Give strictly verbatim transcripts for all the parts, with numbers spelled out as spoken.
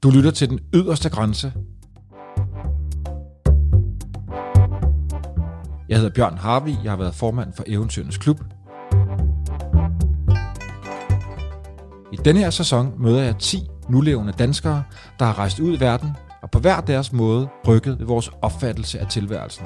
Du lytter til Den Yderste Grænse. Jeg hedder Bjørn Harvig, jeg har været formand for Eventyrernes Klub. I denne her sæson møder jeg ti nulevende danskere, der har rejst ud i verden og på hver deres måde rykket ved vores opfattelse af tilværelsen.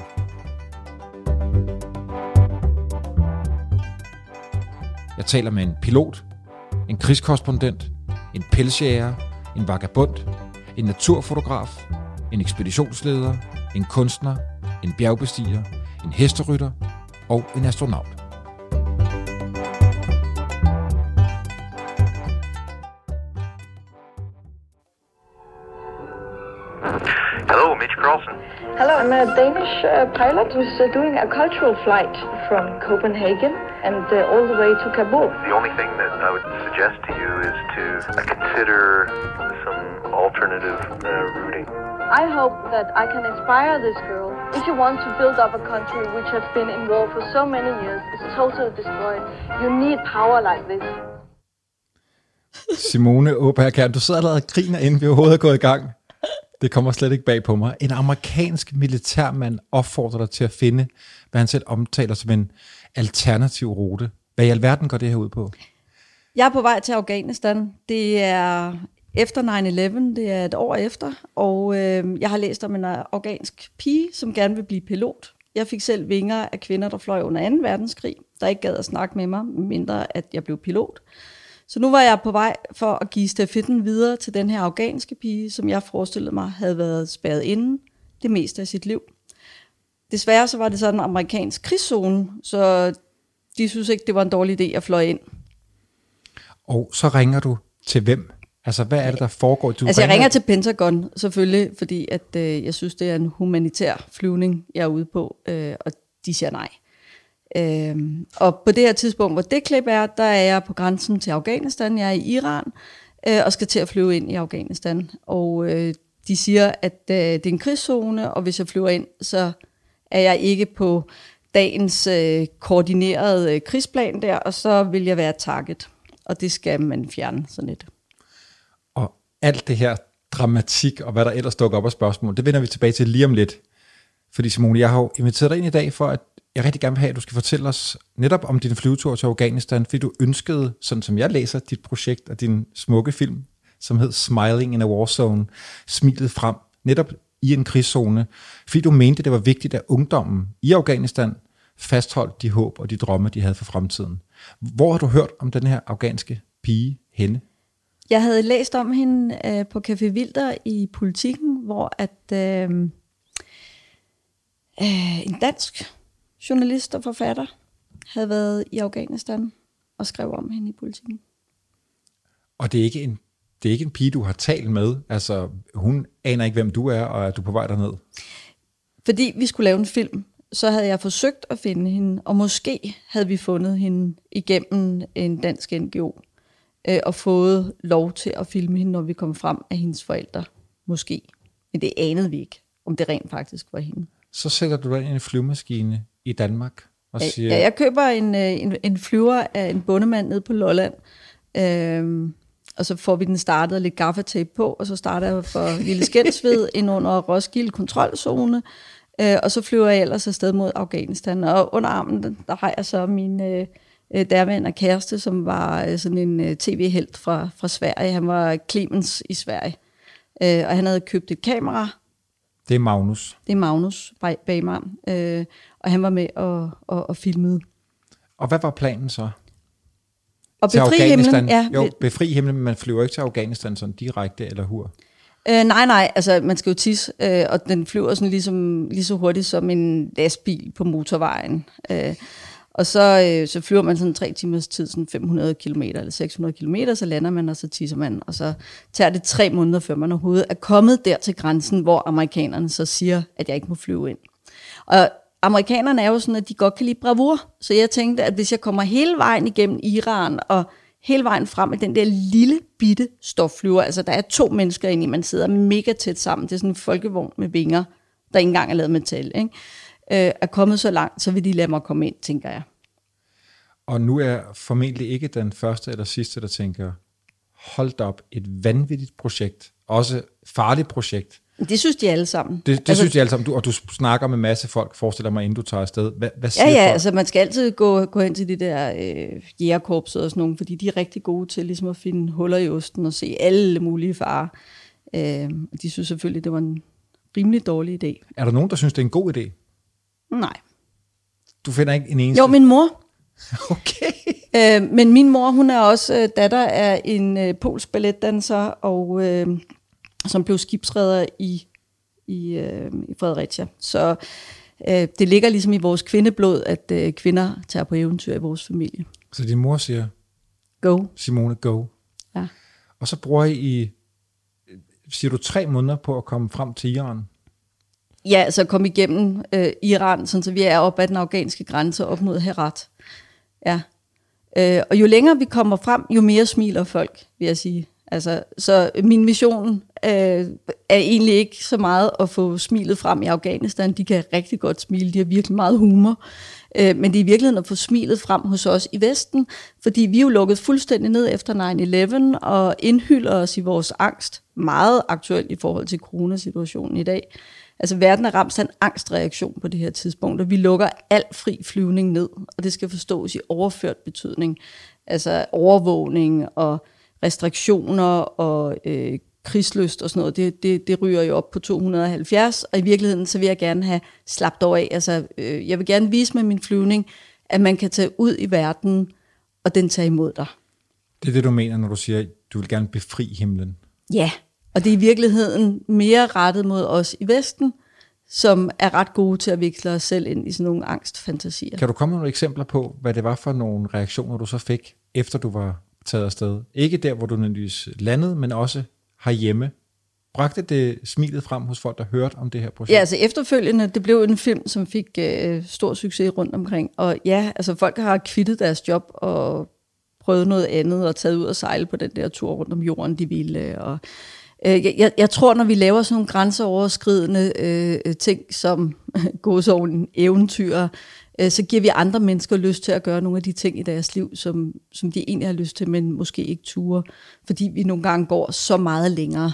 Jeg taler med en pilot, en krigskorrespondent, en pelsjæger, en vagabond, en naturfotograf, en ekspeditionsleder, en kunstner, en bjergbestiger, en hesterytter og en astronaut. Hello, Mitch Carlson. Hello, I'm a Danish uh, pilot who's uh, doing a cultural flight from Copenhagen and uh, all the way to Kabul. The only thing that I would suggest to you is to consider some alternative uh, routing. I hope that I can inspire this girl. If you want to build up a country which has been in war for so many years, it's totally destroyed, you need power like this. Simone Åberg, du sidder allerede og griner, inden vi overhovedet er gået i gang. Det kommer slet ikke bag på mig. En amerikansk militærmand opfordrer dig til at finde, hvad han selv omtaler som en alternativ rute. Hvad i alverden går det her ud på? Jeg er på vej til Afghanistan. Det er efter nine eleven, det er et år efter, og øh, jeg har læst om en afghansk pige, som gerne vil blive pilot. Jeg fik selv vinger af kvinder, der fløj under anden verdenskrig, der ikke gad at snakke med mig, mindre at jeg blev pilot. Så nu var jeg på vej for at give stafetten videre til den her afghanske pige, som jeg forestillede mig havde været spærret inde det meste af sit liv. Desværre så var det sådan en amerikansk krigszone, så de synes ikke, det var en dårlig idé at fløje ind. Og så ringer du til hvem? Altså, hvad er det, der foregår? Du altså, ringer... jeg ringer til Pentagon, selvfølgelig, fordi at, øh, jeg synes, det er en humanitær flyvning, jeg er ude på, øh, og de siger nej. Øhm, og på det her tidspunkt, hvor det klip er, der er jeg på grænsen til Afghanistan. Jeg er i Iran øh, og skal til at flyve ind i Afghanistan. Og øh, de siger, at øh, det er en krigszone, og hvis jeg flyver ind, så er jeg ikke på dagens øh, koordinerede øh, krigsplan der, og så vil jeg være target. Og det skal man fjerne sådan lidt. Og alt det her dramatik, og hvad der ellers dukker op af spørgsmål, det vender vi tilbage til lige om lidt. Fordi Simone, jeg har jo inviteret dig ind i dag for, at jeg rigtig gerne vil have, at du skal fortælle os netop om din flyvetur til Afghanistan, fordi du ønskede, sådan som jeg læser dit projekt og din smukke film, som hed Smiling in a War Zone, smilet frem, netop i en krigszone, fordi du mente, det var vigtigt, at ungdommen i Afghanistan fastholdt de håb og de drømme, de havde for fremtiden. Hvor har du hørt om den her afghanske pige henne? Jeg havde læst om hende øh, på Café Wilder i Politiken, hvor at øh, øh, en dansk journalist og forfatter havde været i Afghanistan og skrev om hende i Politiken. Og det er ikke en, det er ikke en pige, du har talt med? Altså, hun aner ikke, hvem du er, og er du på vej derned? Fordi vi skulle lave en film, så havde jeg forsøgt at finde hende, og måske havde vi fundet hende igennem en dansk N G O, øh, og fået lov til at filme hende, når vi kom frem af hendes forældre. Måske. Men det anede vi ikke, om det rent faktisk var hende. Så sætter du dig ind i en flyvemaskine i Danmark og siger... Ja, jeg køber en, en, en flyver af en bondemand nede på Lolland, øhm, og så får vi den startet og lidt gaffatape på, og så starter jeg for Lille Skensved ind under Roskilde kontrolzone, øh, og så flyver jeg ellers afsted mod Afghanistan. Og under armen, der har jeg så min øh, derværende kæreste, som var øh, sådan en øh, tv-helt fra, fra Sverige. Han var Clemens i Sverige, øh, og han havde købt et kamera. Det er Magnus. Det er Magnus bag, bag mig, øh, og han var med og, og, og filmede. Og hvad var planen så? Og befri himlen. Ja. Jo, befri himlen, men man flyver ikke til Afghanistan sådan direkte eller hur? Øh, nej, nej, altså man skal jo tisse, øh, og den flyver sådan ligesom, lige så hurtigt som en lastbil på motorvejen. Øh, og så, øh, så flyver man sådan tre timers tid, sådan fem hundrede kilometer eller seks hundrede kilometer, så lander man, og så tisser man, og så tager det tre måneder, før man overhovedet er kommet der til grænsen, hvor amerikanerne så siger, at jeg ikke må flyve ind. Og amerikanerne er jo sådan, at de godt kan lide bravur, så jeg tænkte, at hvis jeg kommer hele vejen igennem Iran, og hele vejen frem med den der lille bitte stofflyver, altså der er to mennesker inde i, man sidder mega tæt sammen, det er sådan en folkevogn med vinger, der ikke engang er lavet metal, ikke? Øh, er kommet så langt, så vil de lade mig komme ind, tænker jeg. Og nu er jeg formentlig ikke den første eller sidste, der tænker, hold op, et vanvittigt projekt. Også farligt projekt. Det synes de alle sammen. Det, det altså, synes de alle sammen, du, og du snakker med en masse folk, forestiller mig, inden du tager afsted. Hvad, hvad siger ja, ja, folk? altså man skal altid gå, gå hen til de der øh, jægerkorpset og sådan nogle, fordi de er rigtig gode til ligesom at finde huller i osten og se alle mulige farer. Øh, de synes selvfølgelig, det var en rimelig dårlig idé. Er der nogen, der synes, det er en god idé? Nej. Du finder ikke en eneste? Jo, min mor. Okay. Øh, men min mor, hun er også øh, datter af en øh, polsk balletdanser, og øh, som blev skibsreder i, i, øh, i Fredericia. Så øh, det ligger ligesom i vores kvindeblod, at øh, kvinder tager på eventyr i vores familie. Så din mor siger, go. Simone, go. Ja. Og så bruger I, siger du, tre måneder på at komme frem til Iran? Ja, altså komme igennem øh, Iran, sådan, så vi er oppe ad den afghanske grænse, op mod Herat. Ja. Øh, og jo længere vi kommer frem, jo mere smiler folk, vil jeg sige. Altså, så min mission øh, er egentlig ikke så meget at få smilet frem i Afghanistan. De kan rigtig godt smile, de har virkelig meget humor. Øh, men det er i virkeligheden at få smilet frem hos os i Vesten, fordi vi er jo lukket fuldstændig ned efter nine eleven og indhylder os i vores angst. Meget aktuelt i forhold til coronasituationen i dag. Altså verden er ramt af en angstreaktion på det her tidspunkt, og vi lukker al fri flyvning ned, og det skal forstås i overført betydning. Altså overvågning og restriktioner og øh, krigslyst og sådan noget, det, det, det ryger jo op på to hundrede og halvfjerds, og i virkeligheden så vil jeg gerne have slappet over af. Altså, øh, jeg vil gerne vise med min flyvning, at man kan tage ud i verden, og den tager imod dig. Det er det, du mener, når du siger, at du vil gerne befri himlen? Ja, og det er i virkeligheden mere rettet mod os i Vesten, som er ret gode til at vikle os selv ind i sådan nogle angstfantasier. Kan du komme med nogle eksempler på, hvad det var for nogle reaktioner, du så fik, efter du var taget afsted? Ikke der, hvor du nødvendigvis landede, men også herhjemme. Bragte det smilet frem hos folk, der hørte om det her projekt? Ja, altså efterfølgende, det blev en film, som fik øh, stor succes rundt omkring. Og ja, altså folk har kvittet deres job og prøvet noget andet og taget ud og sejle på den der tur rundt om jorden, de ville. Og, øh, jeg, jeg tror, når vi laver sådan nogle grænseoverskridende øh, ting som gåsovn, eventyr, øh, så giver vi andre mennesker lyst til at gøre nogle af de ting i deres liv, som, som de egentlig har lyst til, men måske ikke turer, fordi vi nogle gange går så meget længere.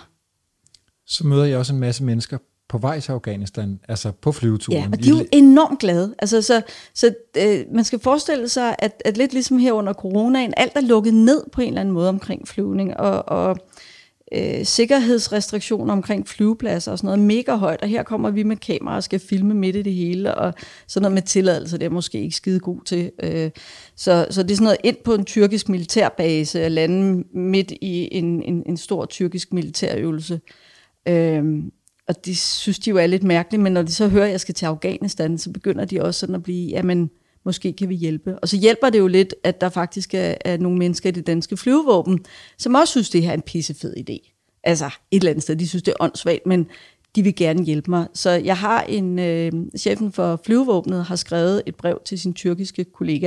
Så møder jeg også en masse mennesker på vej til Afghanistan, altså på flyveturen. Ja, og de er jo enormt glade. Altså, så så øh, man skal forestille sig, at, at lidt ligesom her under coronaen, alt er lukket ned på en eller anden måde omkring flyvning, og, og øh, sikkerhedsrestriktioner omkring flyvepladser og sådan noget mega højt, og her kommer vi med kamera og skal filme midt i det hele, og sådan noget med tilladelse, det er måske ikke skide god til. Øh, så, så det er sådan noget ind på en tyrkisk militærbase, at lande midt i en, en, en stor tyrkisk militærøvelse. Øhm, og det synes de jo er lidt mærkeligt, men når de så hører, at jeg skal til Afghanistan, så begynder de også sådan at blive, jamen, måske kan vi hjælpe. Og så hjælper det jo lidt, at der faktisk er, er nogle mennesker i det danske flyvevåben, som også synes, det her er en pissefed idé. Altså, et eller andet sted, de synes, det er åndssvagt, men de vil gerne hjælpe mig. Så jeg har en, øh, chefen for flyvevåbnet har skrevet et brev til sin tyrkiske kollega.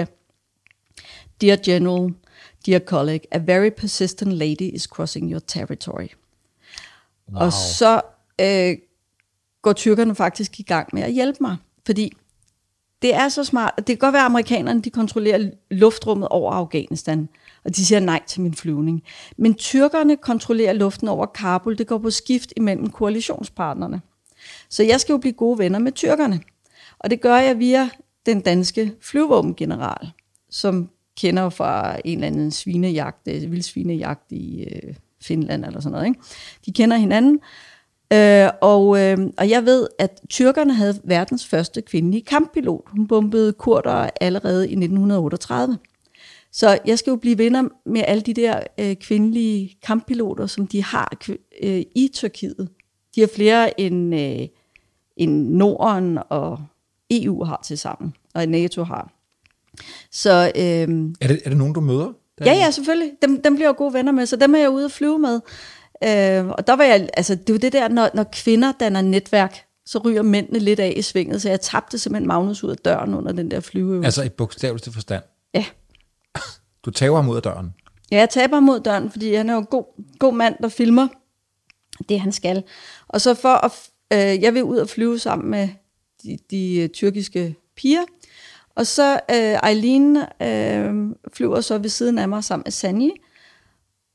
Dear General, dear colleague, a very persistent lady is crossing your territory. Wow. Og så øh, går tyrkerne faktisk i gang med at hjælpe mig, fordi det er så smart. Det kan godt være, at amerikanerne de kontrollerer luftrummet over Afghanistan, og de siger nej til min flyvning. Men tyrkerne kontrollerer luften over Kabul. Det går på skift imellem koalitionspartnerne. Så jeg skal jo blive gode venner med tyrkerne. Og det gør jeg via den danske flyvevåbengeneral, som kender fra en eller anden svinejagt, vildsvinejagt i øh, Finland eller sådan noget. Ikke? De kender hinanden. Øh, og, øh, og jeg ved, at tyrkerne havde verdens første kvindelige kamppilot. Hun bombede kurder allerede i nitten otteogtredive. Så jeg skal jo blive venner med alle de der øh, kvindelige kamppiloter, som de har øh, i Tyrkiet. De har flere end, øh, end Norden og E U har til sammen, og NATO har. Så, øh, er, det, er det nogen, du møder? Ja, ja, selvfølgelig. Dem, dem bliver jeg gode venner med, så dem er jeg ude at flyve med. Øh, og der var jeg, altså det er jo det der, når, når kvinder danner netværk, så ryger mændene lidt af i svinget, så jeg tabte simpelthen Magnus ud af døren under den der flyveøvelse. Altså i bogstaveligste forstand? Ja. Du tager ham ud af døren? Ja, jeg taber ham ud af døren, fordi han er jo en god, god mand, der filmer det, han skal. Og så for at, øh, jeg vil ud og flyve sammen med de, de tyrkiske piger, og så øh, Eileen øh, flyver så ved siden af mig sammen med Sanji.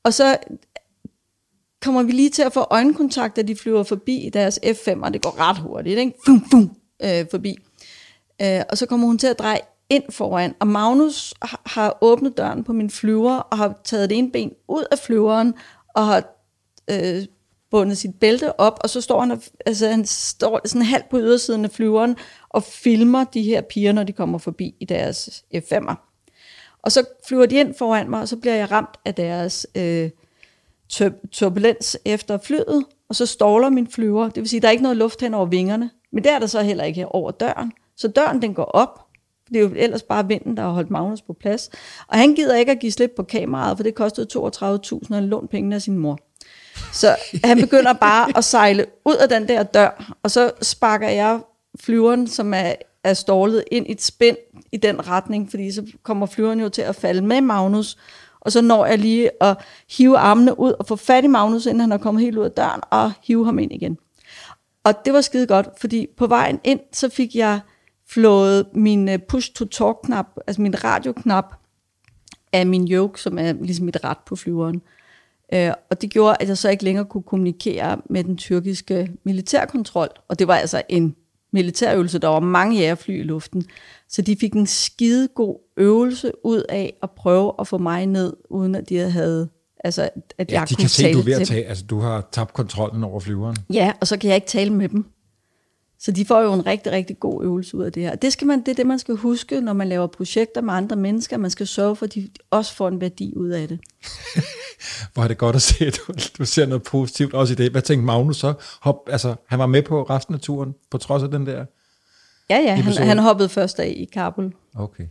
Og så kommer vi lige til at få øjenkontakt, da de flyver forbi i deres F fem, og det går ret hurtigt, ikke? Fum, fum, øh, forbi. Øh, og så kommer hun til at dreje ind foran, og Magnus har, har åbnet døren på min flyver, og har taget det ene ben ud af flyveren, og har øh, bundet sit bælte op, og så står han, altså han står sådan halvt på ydersiden af flyveren, og filmer de her piger, når de kommer forbi i deres F fem'er. Og så flyver de ind foran mig, og så bliver jeg ramt af deres øh, tur- turbulens efter flyet, og så ståler min flyver. Det vil sige, at der er ikke noget luft hen over vingerne, men det er der så heller ikke over døren. Så døren, den går op. Det er jo ellers bare vinden, der har holdt Magnus på plads. Og han gider ikke at give slip på kameraet, for det kostede toogtredive tusind, og han lånte pengene af sin mor. Så han begynder bare at sejle ud af den der dør, og så sparker jeg flyveren, som er, er stålet, ind i et spænd i den retning, fordi så kommer flyveren jo til at falde med Magnus, og så når jeg lige at hive armene ud og få fat i Magnus, inden han er kommet helt ud af døren, og hive ham ind igen. Og det var skide godt, fordi på vejen ind, så fik jeg flået min push-to-talk-knap, altså min radioknap, af min yoke, som er ligesom et rat på flyveren. Uh, og det gjorde, at jeg så ikke længere kunne kommunikere med den tyrkiske militærkontrol. Og det var altså en militærøvelse, der var mange jægerfly i luften. Så de fik en skide god øvelse ud af at prøve at få mig ned, uden at de havde... Altså, at ja, jeg de kunne kan se, at du er ved at til tage, altså du har tabt kontrollen over flyveren. Ja, og så kan jeg ikke tale med dem. Så de får jo en rigtig, rigtig god øvelse ud af det her. Det, skal man, det er det, man skal huske, når man laver projekter med andre mennesker. Man skal sørge for, at de også får en værdi ud af det. Hvor er det godt at se, at du, du ser noget positivt også i det. Hvad tænkte Magnus så? Hop, altså, han var med på resten af turen, på trods af den der... Ja, ja, han, han hoppede først af i Kabul. Okay.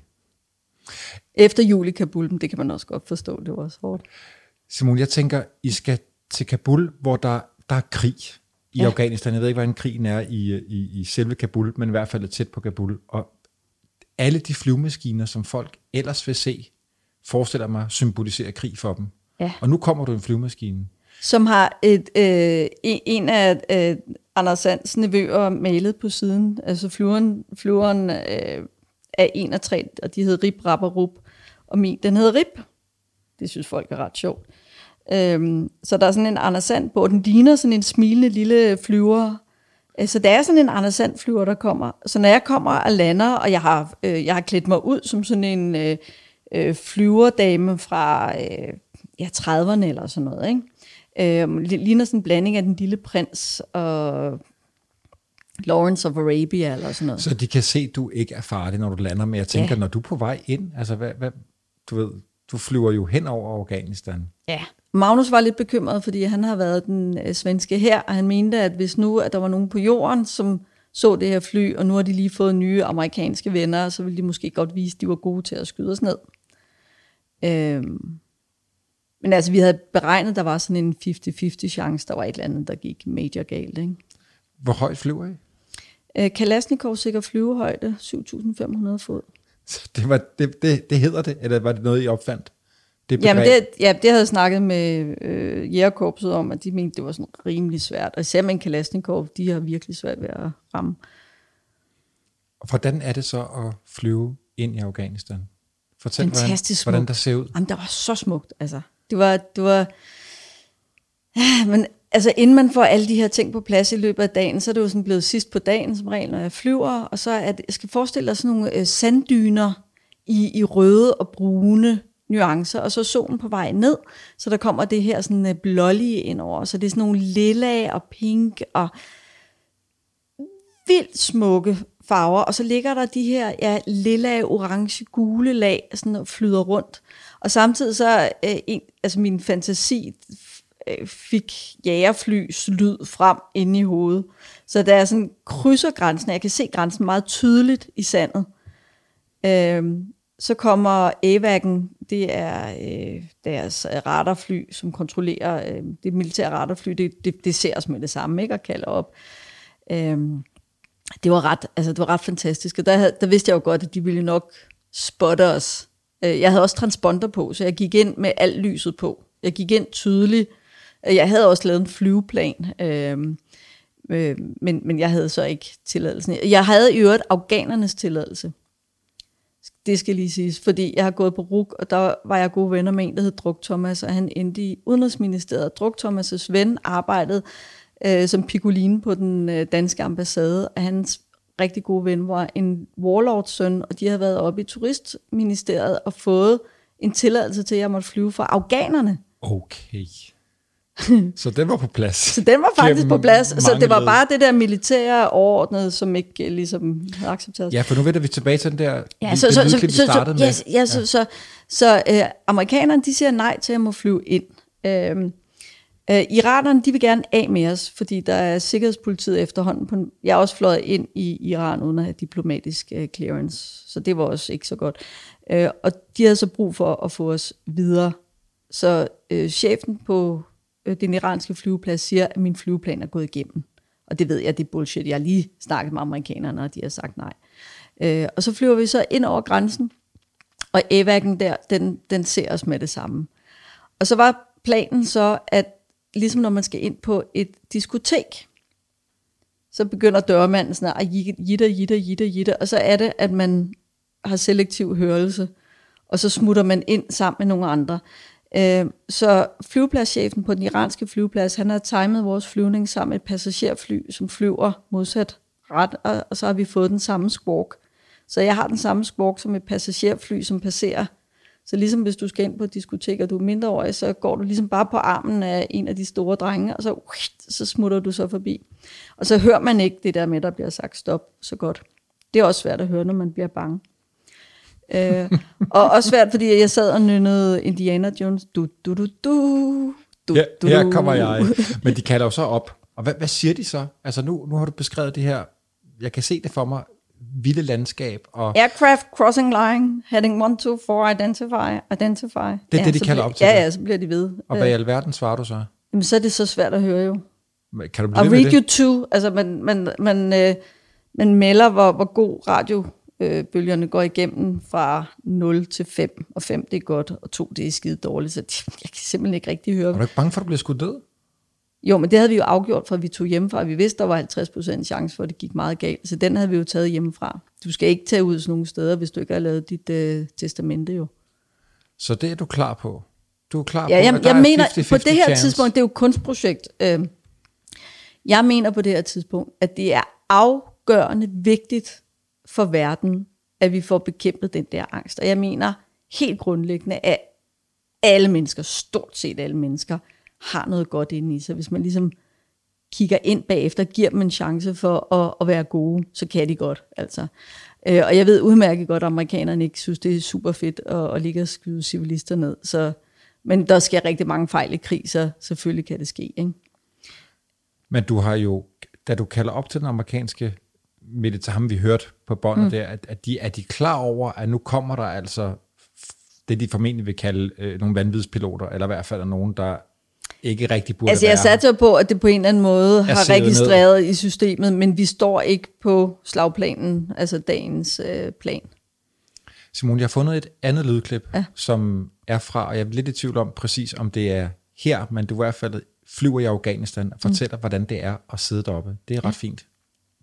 Efter jul i Kabul, men det kan man også godt forstå, det var også hårdt. Simon, jeg tænker, I skal til Kabul, hvor der, der er krig i ja. Afghanistan. Jeg ved ikke, hvordan krigen er i, i, i selve Kabul, men i hvert fald tæt på Kabul. Og alle de flyvemaskiner, som folk ellers vil se, forestiller mig, symboliserer krig for dem. Ja. Og nu kommer du en flyvemaskine. Som har et, øh, en af øh, Anders Sands nevøer malet på siden. Altså flyveren, flyveren øh, er en af tre, og de hedder Rip, Rap og Rup. Og min, den hedder Rip. Det synes folk er ret sjovt. Øhm, så der er sådan en Anders Sand på, den ligner sådan en smilende lille flyver. Så det er sådan en Anders Sand flyver, der kommer. Så når jeg kommer og lander, og jeg har, øh, jeg har klædt mig ud som sådan en øh, øh, flyverdame fra øh, ja, trediverne eller sådan noget, ikke? Øh, ligner sådan en blanding af Den Lille Prins og Lawrence of Arabia eller sådan noget. Så de kan se, at du ikke er farlig, når du lander, men jeg tænker, ja. Når du er på vej ind, altså hvad, hvad, du ved, du flyver jo hen over Afghanistan. Ja, Magnus var lidt bekymret, fordi han har været den øh, svenske her, og han mente, at hvis nu at der var nogen på jorden, som så det her fly, og nu har de lige fået nye amerikanske venner, så ville de måske godt vise, at de var gode til at skyde os ned. Øhm, men altså, vi havde beregnet, at der var sådan en halvtreds halvtreds chance, der var et eller andet, der gik major galt, ikke? Hvor højt flyver I? Øh, Kalashnikov sikker flyvehøjde, syv tusind fem hundrede fod. Så det, var, det, det, det hedder det, eller var det noget, I opfandt? Det Jamen det, ja, det havde jeg snakket med øh, jægerkorpset om, at de mente, det var sådan rimelig svært. Og især med en Kalashnikov, de har virkelig svært ved at ramme. Hvordan er det så at flyve ind i Afghanistan? Fortæl, fantastisk hvordan, hvordan smukt. der ser ud. Jamen, der var så smukt, altså. Det var, det var, men altså, inden man får alle de her ting på plads i løbet af dagen, så er det jo sådan blevet sidst på dagen, som regel, når jeg flyver, og så er det, jeg skal forestille dig sådan nogle øh, sanddyner i, i røde og brune nuancer, og så solen på vej ned, så der kommer det her sådan øh, blålige ind over, så det er sådan nogle lilla og pink og vildt smukke farver, og så ligger der de her ja, lilla, orange, gule lag, sådan og flyder rundt, og samtidig så, øh, en, altså min fantasi øh, fik jægerflys lyd frem inde i hovedet, så der er sådan krydser grænsen, jeg kan se grænsen meget tydeligt i sandet. Øh, så kommer A VAC'en, det er øh, deres radarfly, som kontrollerer øh, det militære radarfly, det, det, det ser os med det samme, ikke, og kalder op. Øh, Det var ret, altså det var ret fantastisk, og der, havde, der vidste jeg jo godt, at de ville nok spotte os. Jeg havde også transponder på, så jeg gik ind med alt lyset på. Jeg gik ind tydeligt. Jeg havde også lavet en flyveplan, øh, øh, men, men jeg havde så ikke tilladelsen. Jeg havde i øvrigt afghanernes tilladelse. Det skal lige siges, fordi jeg har gået på R U C, og der var jeg gode venner med en, der hed Druk Thomas, og han endte i Udenrigsministeriet. Druk Thomas' ven arbejdede øh, som piccoline på den øh, danske ambassade, og hans rigtig gode ven var en warlords søn, og de havde været oppe i Turistministeriet og fået en tilladelse til, at jeg måtte flyve for afghanerne. Okay. Så den var på plads. Så den var faktisk på plads. Så det var bare det der militære overordnede, som ikke ligesom havde accepteret. Ja, for nu vender vi tilbage til den der ja, så, så, lydklip, vi startede så, så, med. Ja, så, ja. så, så, så øh, amerikanerne, de siger nej til, at jeg må flyve ind. Øh, øh, Iranerne, de vil gerne af med os, fordi der er sikkerhedspolitiet efterhånden. På, jeg er også fløjet ind i Iran uden at have diplomatisk øh, clearance, så det var også ikke så godt. Øh, og de havde så brug for at få os videre. Så øh, chefen på den iranske flyveplads siger, at min flyveplan er gået igennem. Og det ved jeg, det er bullshit. Jeg har lige snakket med amerikanerne, og de har sagt nej. Øh, og så flyver vi så ind over grænsen, og A V A C'en der, den, den ser os med det samme. Og så var planen så, at ligesom når man skal ind på et diskotek, så begynder dørmanden sådan at jitter, jitter, jitter, jitter, og så er det, at man har selektiv hørelse, og så smutter man ind sammen med nogle andre. Så flyvepladschefen på den iranske flyveplads, han har timet vores flyvning sammen med et passagerfly, som flyver modsat ret, og så har vi fået den samme squawk. Så jeg har den samme squawk som et passagerfly, som passerer. Så ligesom hvis du skal ind på et diskotek, og du er mindreårig, så går du ligesom bare på armen af en af de store drenge, og så, så smutter du så forbi. Og så hører man ikke det der med, der bliver sagt stop så godt. Det er også svært at høre, når man bliver bange. øh, og også svært, fordi jeg sad og nynnede Indiana Jones. Du, du, du, du, du, ja, du, her kommer jeg. Men de kalder jo så op. Og hvad, hvad siger de så? Altså nu, nu har du beskrevet det her, jeg kan se det for mig, vilde landskab. Og aircraft crossing line, heading one two four, identify, identify. Det er ja, det, de kalder bliver, op til. Ja, ja, så bliver de ved. Og hvad i alverden svarer du så? Jamen, så er det så svært at høre jo. Kan du blive og ved med radio det? to, altså man, man, man, øh, man melder, hvor, hvor god radio øh, bølgerne går igennem fra nul til fem, og fem det er godt, og to det er skide dårligt, så jeg kan simpelthen ikke rigtig høre. Er du ikke bange for, at du bliver skudt ned? Jo, men det havde vi jo afgjort, fra vi tog hjemmefra. Vi vidste, der var halvtreds procent chance for, at det gik meget galt, så den havde vi jo taget hjemmefra. Du skal ikke tage ud sådan nogle steder, hvis du ikke har lavet dit øh, testamente jo. Så det er du klar på? Du er klar ja, på, jeg, at der jeg er mener, halvtreds på det her chance. tidspunkt, det er jo et kunstprojekt. Øh, jeg mener på det her tidspunkt, at det er afgørende vigtigt for verden, at vi får bekæmpet den der angst. Og jeg mener helt grundlæggende, at alle mennesker, stort set alle mennesker, har noget godt inde i sig. Hvis man ligesom kigger ind bagefter, giver dem en chance for at, at være gode, så kan de godt. Altså. Øh, og jeg ved udmærket godt, at amerikanerne ikke synes, det er super fedt at, at ligge og skyde civilister ned. Så, men der sker rigtig mange fejl i krig, så selvfølgelig kan det ske. Ikke? Men du har jo, da du kalder op til den amerikanske militær, ham vi hørte på båndet mm. der, at, at de, er de klar over, at nu kommer der altså det, de formentlig vil kalde øh, nogle vanvidspiloter, eller i hvert fald er nogen, der ikke rigtig burde altså, være. Altså jeg satte jo på, at det på en eller anden måde har registreret ned i systemet, men vi står ikke på slagplanen, altså dagens øh, plan. Simone, jeg har fundet et andet lydklip, ja. som er fra, og jeg er lidt i tvivl om præcis, om det er her, men du i hvert fald flyver i Afghanistan og fortæller, mm. hvordan det er at sidde deroppe. Det er ret ja. fint.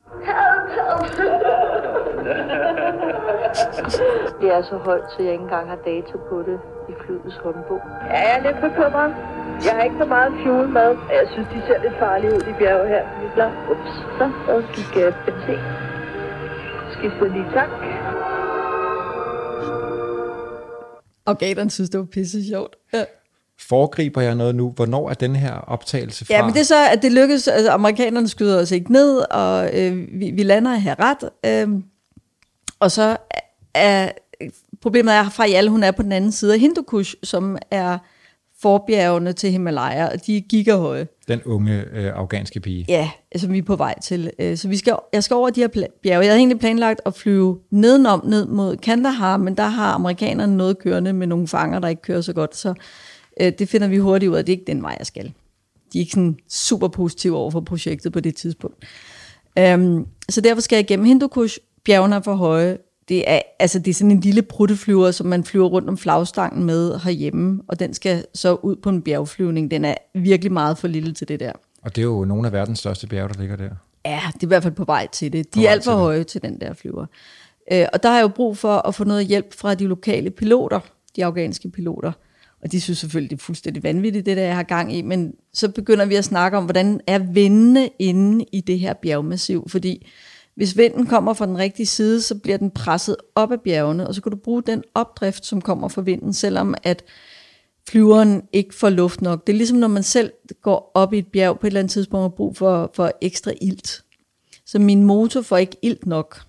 Det er så højt, så jeg ikke engang har data på det i flyets håndbog. Ja, jeg er lidt bekymret. Jeg har ikke så meget fuel med. Jeg synes, de ser lidt farlige ud, de bjerge her. Vi er klar. Ups, så så gik uh, benzin. Skiftede lige tank. Afghanerne synes, det var pisse sjovt. Ja. Foregriber jeg noget nu? Hvornår er den her optagelse fra? Ja, men det er så, at det lykkes. Altså, amerikanerne skyder os ikke ned, og øh, vi, vi lander her ret. Øh, og så er problemet er, at Faryal, hun er på den anden side af Hindu Kush, som er forbjergene til Himalaya, og de er gigahøje. Den unge øh, afghanske pige. Ja, som vi er på vej til. Så vi skal, jeg skal over de her bjerge. Jeg havde egentlig planlagt at flyve nedenom ned mod Kandahar, men der har amerikanerne noget kørende med nogle fanger, der ikke kører så godt, så øh, det finder vi hurtigt ud af, det er ikke den vej, jeg skal. De er ikke sådan super positive over for projektet på det tidspunkt. Um, så derfor skal jeg igennem Hindu Kush. Bjergene er for høje. Det er, altså det er sådan en lille prutteflyver, som man flyver rundt om flagstangen med herhjemme, og den skal så ud på en bjergflyvning. Den er virkelig meget for lille til det der. Og det er jo nogle af verdens største bjerge, der ligger der. Ja, det er i hvert fald på vej til det. De er alt for høje til den der flyver. Øh, og der har jeg jo brug for at få noget hjælp fra de lokale piloter, de afghanske piloter. Og de synes selvfølgelig, det er fuldstændig vanvittigt, det der jeg har gang i. Men så begynder vi at snakke om, hvordan er vindene inde i det her bjergmassiv. Fordi hvis vinden kommer fra den rigtige side, så bliver den presset op ad bjergene. Og så kan du bruge den opdrift, som kommer fra vinden, selvom at flyveren ikke får luft nok. Det er ligesom, når man selv går op i et bjerg på et eller andet tidspunkt og har brug for, for ekstra ilt. Så min motor får ikke ilt nok.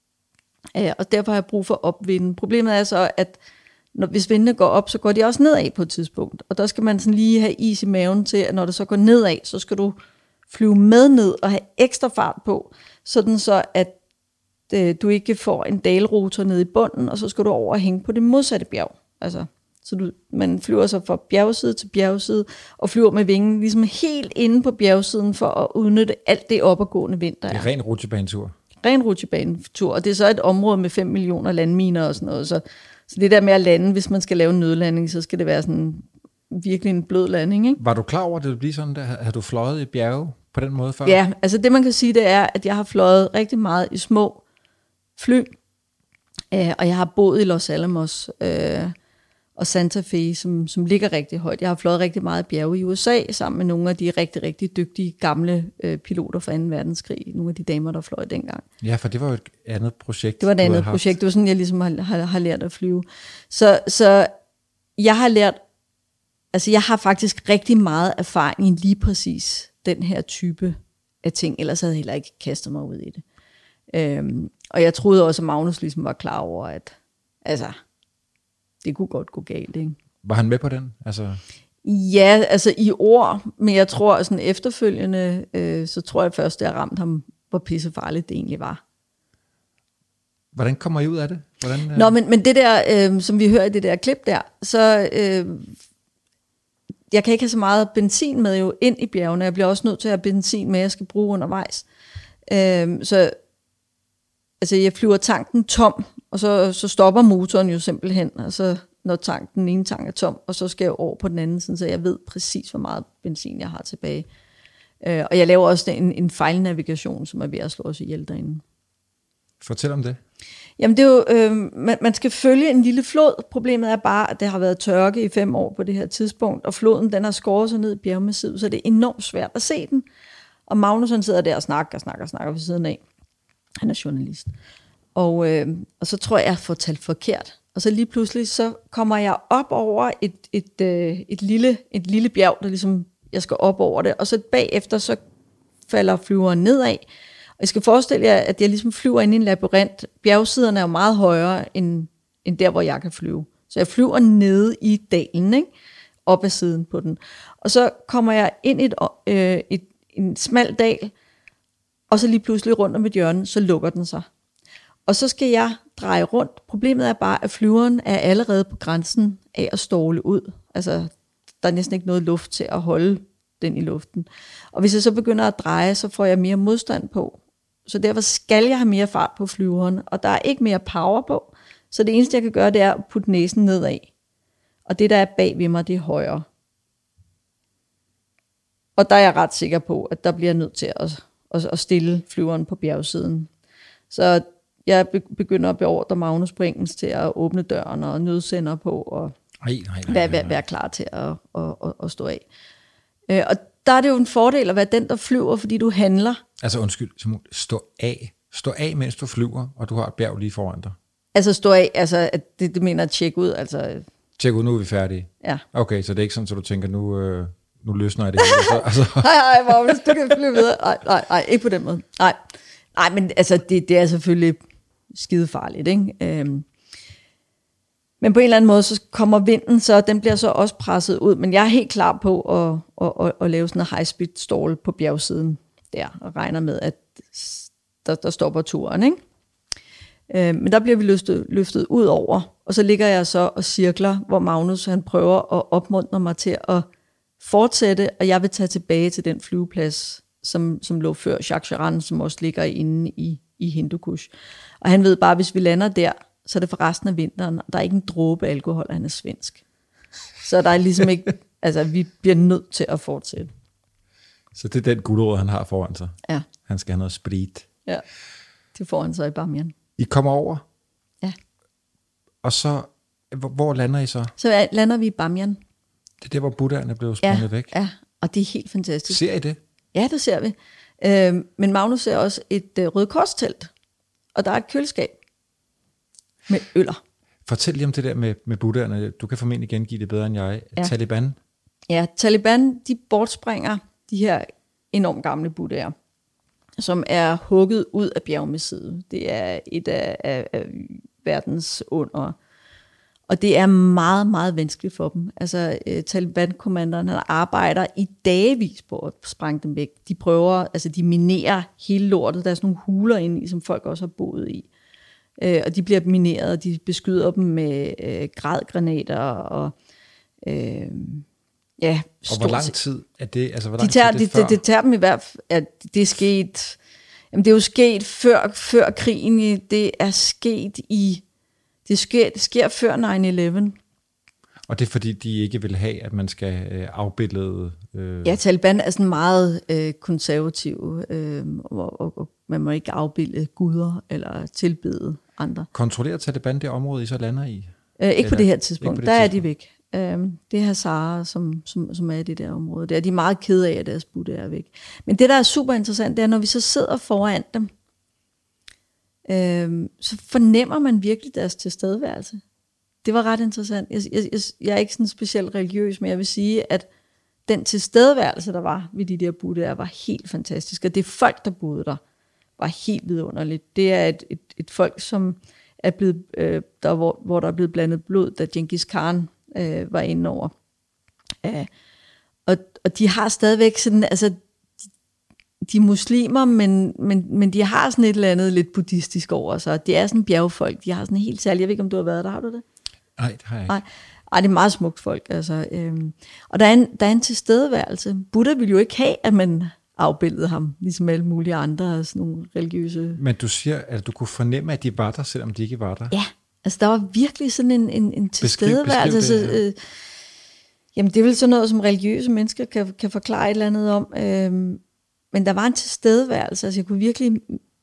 Og derfor har jeg brug for opvinden. Problemet er så, at når, hvis vindene går op, så går de også nedad på et tidspunkt. Og der skal man sådan lige have is i maven til, at når det så går nedad, så skal du flyve med ned og have ekstra fart på, sådan så at øh, du ikke får en dalrotor ned i bunden, og så skal du over og hænge på det modsatte bjerg. Altså, så du, man flyver så fra bjergside til bjergside, og flyver med vingen ligesom helt inde på bjergsiden, for at udnytte alt det opadgående vind, der er. Det er ren rutsjebanetur. Ren rutsjebanetur, og det er så et område med fem millioner landminer og sådan noget, så Så det der med at lande, hvis man skal lave en nødlanding, så skal det være sådan virkelig en blød landing, ikke? Var du klar over, at det ville blive sådan der? Har du fløjet i bjerge på den måde før? Ja, altså det man kan sige, det er, at jeg har fløjet rigtig meget i små fly, øh, og jeg har boet i Los Alamos øh, og Santa Fe, som, som ligger rigtig højt. Jeg har fløjet rigtig meget i bjerge i U S A, sammen med nogle af de rigtig, rigtig dygtige gamle øh, piloter fra anden verdenskrig. Nogle af de damer, der fløj dengang. Ja, for det var jo et andet projekt. Det var et andet projekt. Det var sådan, jeg ligesom har, har, har lært at flyve. Så, så jeg har lært, altså jeg har faktisk rigtig meget erfaring i lige præcis den her type af ting. Ellers havde jeg heller ikke kastet mig ud i det. Øhm, og jeg troede også, at Magnus ligesom var klar over, at altså, det kunne godt gå galt, ikke? Var han med på den? Altså... Ja, altså i ord, men jeg tror, at sådan efterfølgende, øh, så tror jeg først, at jeg ramte ham, hvor pissefarligt det egentlig var. Hvordan kommer I ud af det? Hvordan, øh... Nå, men, men det der, øh, som vi hører i det der klip der, så øh, jeg kan ikke have så meget benzin med jo ind i bjergene. Jeg bliver også nødt til at have benzin med, jeg skal bruge undervejs. Øh, så altså, jeg flyver tanken tom, og så, så stopper motoren jo simpelthen, og så når tanken, den ene tank er tom, og så skal jeg over på den anden, så jeg ved præcis, hvor meget benzin jeg har tilbage. Øh, og jeg laver også en, en fejlnavigation, som er ved at slå os ihjel derinde. Fortæl om det. Jamen det er jo, øh, man, man skal følge en lille flod. Problemet er bare, at det har været tørke i fem år på det her tidspunkt, og floden den har skåret sig ned i bjergmassivet, så det er enormt svært at se den. Og Magnus han sidder der og snakker og snakker og snakker ved siden af. Han er journalist. Og, øh, og så tror jeg, jeg får talt forkert. Og så lige pludselig, så kommer jeg op over et, et, øh, et, lille, et lille bjerg, der ligesom, jeg skal op over det. Og så bagefter, så falder flyveren nedad. Og jeg skal forestille jer, at jeg ligesom flyver ind i en labyrint. Bjergsiderne er jo meget højere, end, end der, hvor jeg kan flyve. Så jeg flyver nede i dalen, ikke? Op ad siden på den. Og så kommer jeg ind i et, øh, et, en smal dal, og så lige pludselig rundt om et hjørne, så lukker den sig. Og så skal jeg dreje rundt. Problemet er bare, at flyveren er allerede på grænsen af at ståle ud. Altså, der er næsten ikke noget luft til at holde den i luften. Og hvis jeg så begynder at dreje, så får jeg mere modstand på. Så derfor skal jeg have mere fart på flyveren, og der er ikke mere power på. Så det eneste, jeg kan gøre, det er at putte næsen nedad. Og det, der er bag ved mig, det er højre. Og der er jeg ret sikker på, at der bliver jeg nødt til at, at, at stille flyveren på bjergsiden. Så jeg begynder at beordre Magnus på engelsk til at åbne døren og nødsender på, og nej, nej, nej, være, være, være klar til at, at, at, at stå af. Øh, og der er det jo en fordel at være den, der flyver, fordi du handler. Altså undskyld, Simon, stå af. Stå af, mens du flyver, og du har et bjerg lige foran dig. Altså stå af, altså at det, det mener at tjekke ud. Altså, tjek ud, nu er vi færdige. Ja. Okay, så det er ikke sådan, at du tænker, nu, øh, nu løsner jeg det hele. Så, altså. nej, nej, Magnus, du kan flyve videre. Nej, nej, nej, ikke på den måde. Nej, nej men altså, det, det er selvfølgelig skide farligt, ikke? Øhm. Men på en eller anden måde, så kommer vinden, så den bliver så også presset ud. Men jeg er helt klar på at, at, at, at lave sådan en high-speed stall på bjergsiden der, og regner med, at der, der stopper turen, ikke? Øh, men der bliver vi løftet, løftet ud over, og så ligger jeg så og cirkler, hvor Magnus han prøver at opmuntre mig til at fortsætte, og jeg vil tage tilbage til den flyveplads, som, som lå før Jacques Charan, som også ligger inde i, i Hindukush. Og han ved bare, at hvis vi lander der, så er det for resten af vinteren, og der er ikke en dråbe alkohol, han er svensk. Så der er ligesom ikke, altså vi bliver nødt til at fortsætte. Så det er den gulerod, han har foran sig? Ja. Han skal have noget sprit. Ja, det får han så i Bamiyan. I kommer over Og så, hvor, hvor lander I så? Så lander vi i Bamiyan. Det er der, hvor buddhaerne blev sprunget ja, væk. Ja, og det er helt fantastisk. Ser I det? Ja, det ser vi. Øh, men Magnus ser også et øh, Røde Kors-telt, og der er et køleskab med øller. Fortæl lige om det der med, med buddhaerne. Du kan formentlig gengive det bedre end jeg. Ja. Taliban? Ja, Taliban, de bortspringer de her enormt gamle buddhaer, som er hugget ud af bjergmassivet. Det er et af, af, af verdens under. Og det er meget, meget vanskeligt for dem. Altså, øh, Taliban-kommanderen arbejder i dagevis på at sprænge dem væk. De prøver, altså de minerer hele lortet. Der er sådan nogle huler inde i, som folk også har boet i. Øh, og de bliver mineret, og de beskyder dem med øh, gradgranater og øh, ja, og hvor lang tid er det? Altså, hvor lang de tager, tid er det, det, det, det tager dem i hvert fald, at det er sket, jamen det er jo sket før, før krigen, det er sket i, det sker, det sker før nine eleven. Og det er fordi, de ikke vil have, at man skal øh, afbillede... Øh... Ja, Taliban er sådan meget øh, konservativ, øh, og, og, og man må ikke afbilde guder eller tilbede andre. Kontrollerer Taliban det område, I så lander i? Øh, ikke eller, på det her tidspunkt, det der tidspunkt. er de væk. Øh, det er Hazara, som, som, som er i det der område. Der er de meget kede af, at deres buddha er væk. Men det, der er super interessant, det er, når vi så sidder foran dem, øh, så fornemmer man virkelig deres tilstedeværelse. Det var ret interessant. Jeg, jeg, jeg, jeg er ikke sådan specielt religiøs, men jeg vil sige, at den tilstedeværelse, der var ved de der buddhaer, var helt fantastisk. Og det folk, der boede der, var helt vidunderligt. Det er et, et, et folk, som er blevet, øh, der, hvor, hvor der er blevet blandet blod, da Genghis Khan øh, var inde over. Øh, og, og de har stadigvæk sådan, altså, de, de er muslimer, men, men, men de har sådan et eller andet lidt buddhistisk over sig. Det er sådan bjergfolk. De har sådan helt særligt, jeg ved ikke, om du har været der, har du det? Nej, det har jeg ikke. Nej. Ej, det er meget smukt folk. Altså, øhm. Og der er, en, der er en tilstedeværelse. Buddha ville jo ikke have, at man afbildede ham, ligesom alle mulige andre sådan nogle religiøse... Men du siger, at du kunne fornemme, at de var der, selvom de ikke var der? Ja, altså der var virkelig sådan en, en, en tilstedeværelse. Beskriv, beskriv det, ja. øh, jamen det er vel sådan noget, som religiøse mennesker kan, kan forklare et eller andet om. Øhm, men der var en tilstedeværelse, altså jeg kunne virkelig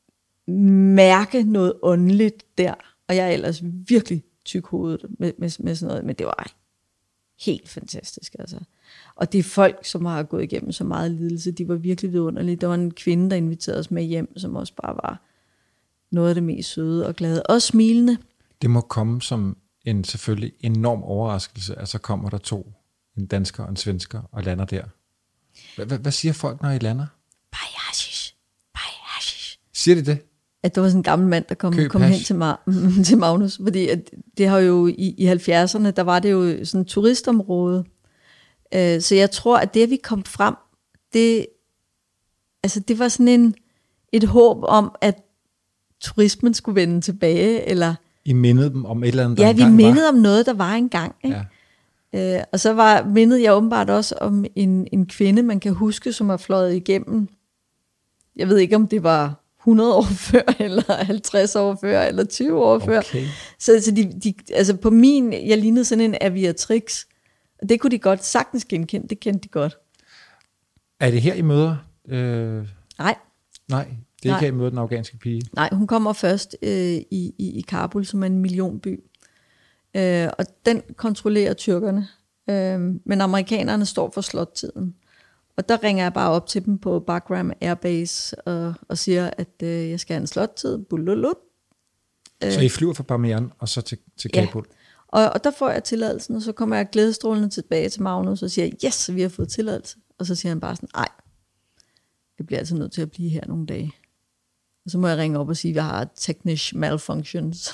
mærke noget åndeligt der. Og jeg er ellers virkelig tyk hovedet med, med, med sådan noget, men det var helt fantastisk, altså. Og det er folk, som har gået igennem så meget lidelse, de var virkelig vidunderlige. Der var en kvinde, der inviterede os med hjem, som også bare var noget af det mest søde og glade, og smilende. Det må komme som en selvfølgelig enorm overraskelse, at så kommer der to, en dansker og en svensker, og lander der. Hvad siger folk, når I lander? Bye hashish, bye hashish. Siger de det? At der var sådan en gammel mand, der kom, kom hen til, Ma- til Magnus, fordi at det har jo i, i halvfjerdserne, der var det jo sådan et turistområde. Uh, så jeg tror, at det, at vi kom frem, det, altså det var sådan en, et håb om, at turismen skulle vende tilbage, eller... I mindede dem om et eller andet, der ja, vi mindede var. om noget, der var engang, ikke? Ja. Uh, og så var, mindede jeg åbenbart også om en, en kvinde, man kan huske, som har fløjet igennem, jeg ved ikke, om det var hundrede år før, eller halvtreds år før, eller tyve år okay. før. Så, så de, de, altså på min, jeg lignede sådan en aviatrix, og det kunne de godt sagtens genkende, det kendte de godt. Er det her, I møder? Øh... Nej. Nej, det er Nej. ikke her, I møder den afghanske pige? Nej, hun kommer først øh, i, i, i Kabul, som er en millionby. Øh, og den kontrollerer tyrkerne. Øh, men amerikanerne står for slottiden. Og der ringer jeg bare op til dem på Bagram Airbase og, og siger, at øh, jeg skal have en slottid. Bululut. Så I flyver fra Bamiyan og så til, til Kabul? Ja. Og, og der får jeg tilladelsen, og så kommer jeg glædestrålende tilbage til Magnus og siger, yes, vi har fået tilladelse. Og så siger han bare sådan, nej, jeg bliver altså nødt til at blive her nogle dage. Og så må jeg ringe op og sige, at jeg har technical malfunctions.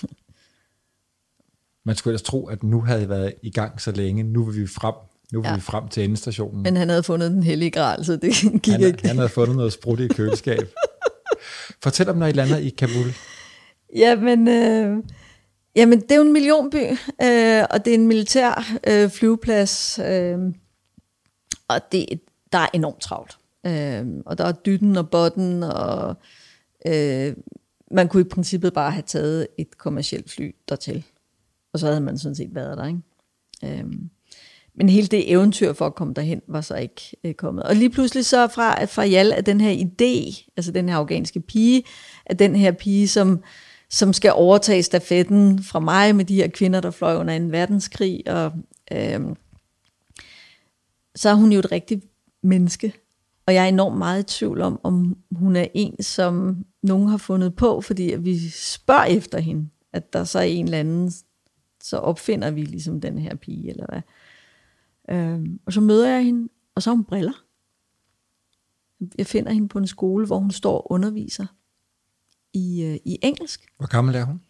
Man skulle ellers tro, at nu havde I været i gang så længe. Nu vil vi frem. Nu vil ja. vi frem til endestationen. Men han havde fundet den hellige gral, så det gik han, ikke. Han havde fundet noget sprudt i køleskab. Fortæl om, når I lander i Kabul. Jamen, øh, jamen det er jo en millionby, øh, og det er en militær øh, flyveplads, øh, og det, der er enormt travlt. Øh, og der er dytten og botten, og øh, man kunne i princippet bare have taget et kommercielt fly dertil. Og så havde man sådan set været der, ikke? Øh, Men hele det eventyr for at komme derhen var så ikke øh, kommet. Og lige pludselig så fra, fra Jal, at den her idé, altså den her afghanske pige, at den her pige, som som skal overtage stafetten fra mig med de her kvinder, der fløj under en verdenskrig, og øh, så er hun jo et rigtigt menneske, og jeg er enormt meget i tvivl om, om hun er en, som nogen har fundet på, fordi at vi spørger efter hende, at der så er en eller anden, så opfinder vi ligesom den her pige, eller hvad. Øhm, og så møder jeg hende, og så har hun briller. Jeg finder hende på en skole, hvor hun står og underviser i, øh, i engelsk. Hvor gammel er hun?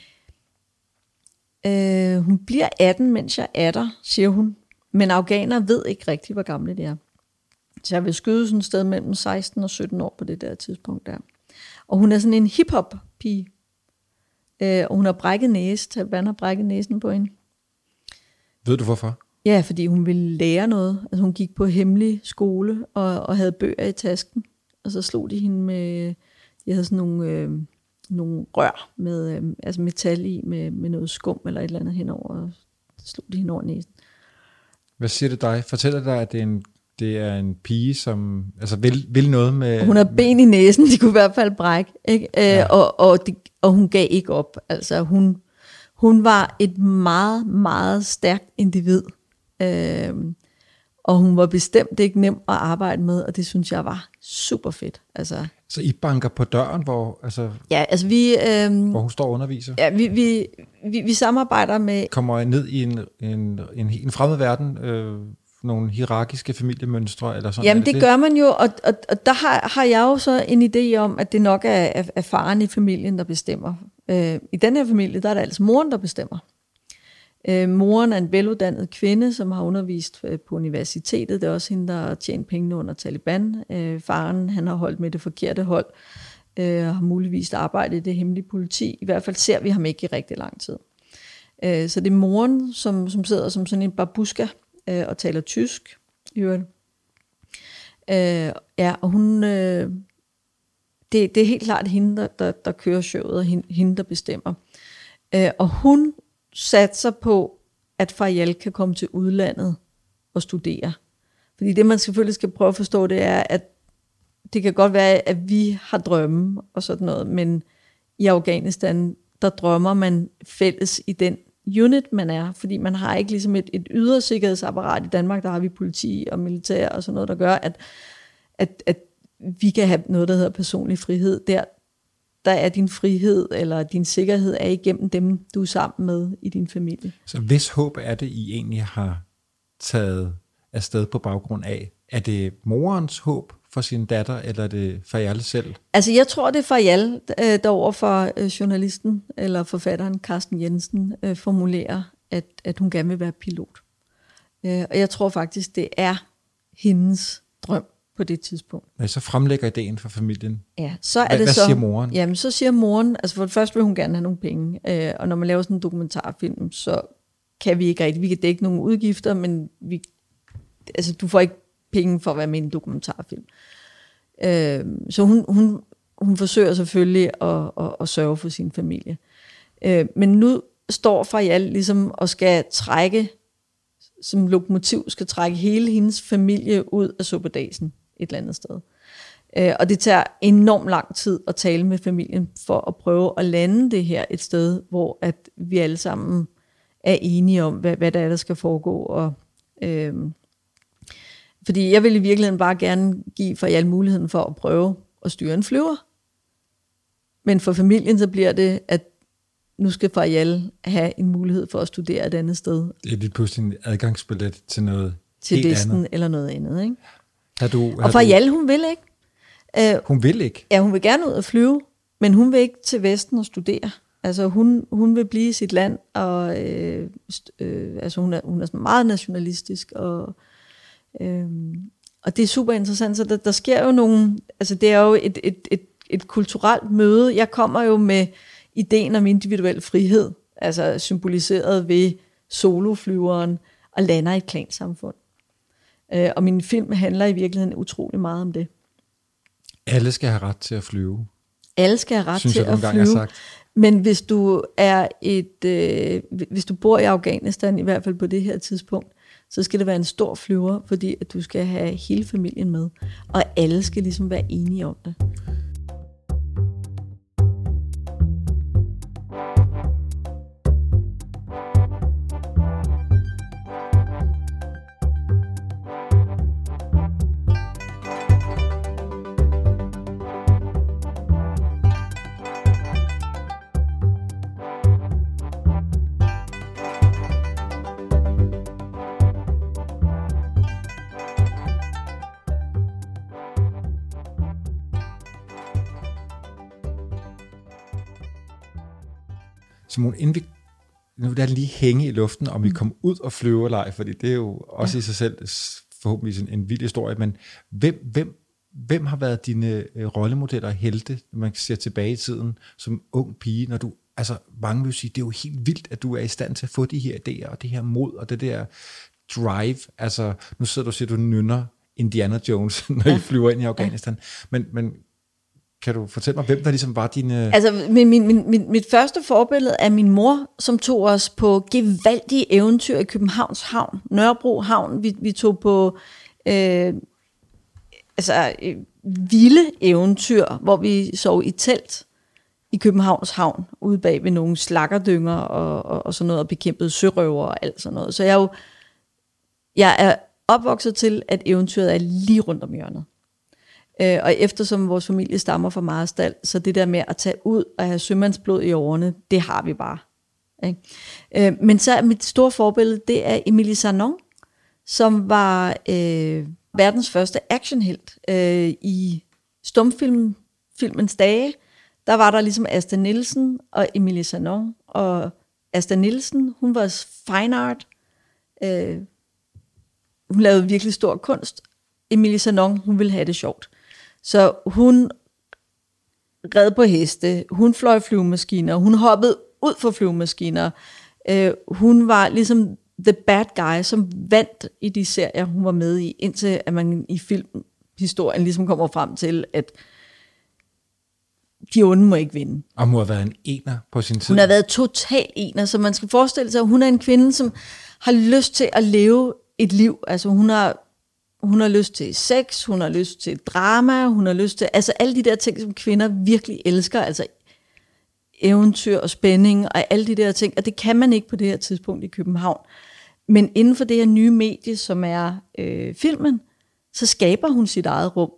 Øh, hun bliver atten, mens jeg er der, siger hun. Men afghanere ved ikke rigtigt, hvor gamle det er. Så jeg vil skyde sådan et sted mellem seksten og sytten år på det der tidspunkt der. Og hun er sådan en hip-hop-pige. Øh, og hun har brækket næse. Taliban har brækket næsen på hende. Ved du hvorfor? Ja, fordi hun ville lære noget. Altså hun gik på hemmelig skole og, og havde bøger i tasken. Og så slog de hende med, de havde sådan nogle, øh, nogle rør med øh, altså metal i, med, med noget skum eller et eller andet henover. Og så slog de hende over næsen. Hvad siger det dig? Fortæller dig, at det er en, det er en pige, som altså vil, vil noget med... Hun har ben i næsen, de kunne i hvert fald brække. Ikke? Ja. Øh, og, og, de, og hun gav ikke op. Altså hun, hun var et meget, meget stærkt individ. Øh, og hun var bestemt ikke nem at arbejde med, og det synes jeg var super fedt. Altså, så I banker på døren, hvor, altså, ja, altså vi, øh, hvor hun står og underviser? Ja, vi, vi, vi, vi samarbejder med... Kommer ned i en, en, en, en fremmed verden, øh, nogle hierarkiske familiemønstre, eller sådan? Jamen det, det gør man jo, og, og, og der har, har jeg jo så en idé om, at det nok er, er, er faren i familien, der bestemmer. Øh, I den her familie, der er det altså moren, der bestemmer. Øh, moren er en veluddannet kvinde, som har undervist øh, på universitetet. Det er også hende, der har tjent pengene under Taliban. Øh, faren, han har holdt med det forkerte hold, øh, har muligvis arbejdet i det hemmelige politi. I hvert fald ser vi ham ikke i rigtig lang tid. Øh, så det er moren, som, som sidder som sådan en babuska øh, og taler tysk. I øvrigt. Øh, ja, og hun... Øh, det, det er helt klart hende, der, der, der kører showet, og hende, hende der bestemmer. Øh, og hun satser på, at Faryal kan komme til udlandet og studere. Fordi det, man selvfølgelig skal prøve at forstå, det er, at det kan godt være, at vi har drømme og sådan noget, men i Afghanistan, der drømmer man fælles i den unit, man er. Fordi man har ikke ligesom et, et ydre sikkerhedsapparat. I Danmark, der har vi politi og militær og sådan noget, der gør, at, at, at vi kan have noget, der hedder personlig frihed. Der, der er din frihed, eller din sikkerhed er igennem dem, du er sammen med i din familie. Så hvis håb er det, I egentlig har taget afsted på baggrund af? Er det morens håb for sin datter, eller er det Faryal selv? Altså jeg tror, det er Faryal, der overfor journalisten, eller forfatteren Carsten Jensen, formulerer, at, at hun gerne vil være pilot. Og jeg tror faktisk, det er hendes drøm på det tidspunkt. Når I så fremlægger ideen for familien, ja, så er hvad, det hvad så, siger moren? Jamen, så siger moren, altså for det første vil hun gerne have nogle penge, øh, og når man laver sådan en dokumentarfilm, så kan vi ikke rigtig, vi kan dække nogle udgifter, men vi, altså, du får ikke penge for at være med i en dokumentarfilm. Øh, så hun, hun, hun forsøger selvfølgelig at, at, at sørge for sin familie. Øh, men nu står Faryal ligesom og skal trække, som lokomotiv skal trække hele hendes familie ud af suppedasen et eller andet sted. Øh, og det tager enormt lang tid at tale med familien for at prøve at lande det her et sted, hvor at vi alle sammen er enige om, hvad, hvad der er, der skal foregå. Og, øh, fordi jeg vil i virkeligheden bare gerne give Faryal muligheden for at prøve at styre en flyver. Men for familien så bliver det, at nu skal Faryal have en mulighed for at studere et andet sted. Det er lige pludselig en adgangsbillet til noget til helt Vesten andet. Eller noget andet, ikke? Har du, har og Faryal, hun vil ikke. Uh, hun vil ikke? Ja, hun vil gerne ud og flyve, men hun vil ikke til Vesten og studere. Altså hun, hun vil blive i sit land, og øh, øh, altså hun er, hun er meget nationalistisk, og, øh, og det er super interessant. Så der, der sker jo nogle, altså det er jo et, et, et, et kulturelt møde. Jeg kommer jo med ideen om individuel frihed, altså symboliseret ved soloflyveren, og lander i et klansamfund. Øh, og min film handler i virkeligheden utrolig meget om det. Alle skal have ret til at flyve. Alle skal have ret Synes til jeg, at flyve. Sagt. Men hvis du er et, øh, hvis du bor i Afghanistan, i hvert fald på det her tidspunkt, så skal det være en stor flyver, fordi at du skal have hele familien med, og alle skal ligesom være enige om det. Simone, inden vi, nu vil jeg lige hænge i luften, om vi kommer ud og flyverleje, fordi det er jo også ja. i sig selv forhåbentlig en, en vild historie, men hvem, hvem, hvem har været dine øh, rollemodeller og helte, når man ser tilbage i tiden, som ung pige, når du, altså mange vil sige, det er jo helt vildt, at du er i stand til at få de her idéer, og det her mod, og det der drive, altså nu sidder du og siger, du nynner Indiana Jones, når ja. I flyver ind i Afghanistan, ja. men, men kan du fortælle mig, hvem der ligesom var dine... Altså, min, min, min, mit første forbillede er min mor, som tog os på gevaldige eventyr i Københavns Havn, Nørrebro Havn. Vi, vi tog på øh, altså, øh, vilde eventyr, hvor vi sov i telt i Københavns Havn, ude bag ved nogle slakkerdynger og, og, og sådan noget, og bekæmpede sørøver og alt sådan noget. Så jeg er jo jeg er opvokset til, at eventyret er lige rundt om hjørnet. Øh, og eftersom vores familie stammer fra Marstal, så det der med at tage ud og have sømandsblod i årene, det har vi bare. Ikke? Øh, men så er mit store forbillede, det er Emilie Sarnon, som var øh, verdens første actionhelt øh, i stumfilmen, filmens dage. Der var der ligesom Asta Nielsen og Emilie Sarnon, og Asta Nielsen, hun var fine art. Øh, hun lavede virkelig stor kunst. Emilie Sarnon, hun ville have det sjovt. Så hun red på heste, hun fløj flyvemaskiner, hun hoppede ud for flyvemaskiner. Øh, hun var ligesom the bad guy, som vandt i de serier, hun var med i, indtil at man i filmhistorien ligesom kommer frem til, at de onde må ikke vinde. Og hun har været en ener på sin tid. Hun har været total ener, så man skal forestille sig, at hun er en kvinde, som har lyst til at leve et liv. Altså hun har Hun har lyst til sex, hun har lyst til drama, hun har lyst til, altså alle de der ting, som kvinder virkelig elsker, altså eventyr og spænding og alle de der ting, og det kan man ikke på det her tidspunkt i København. Men inden for det her nye medie, som er øh, filmen, så skaber hun sit eget rum.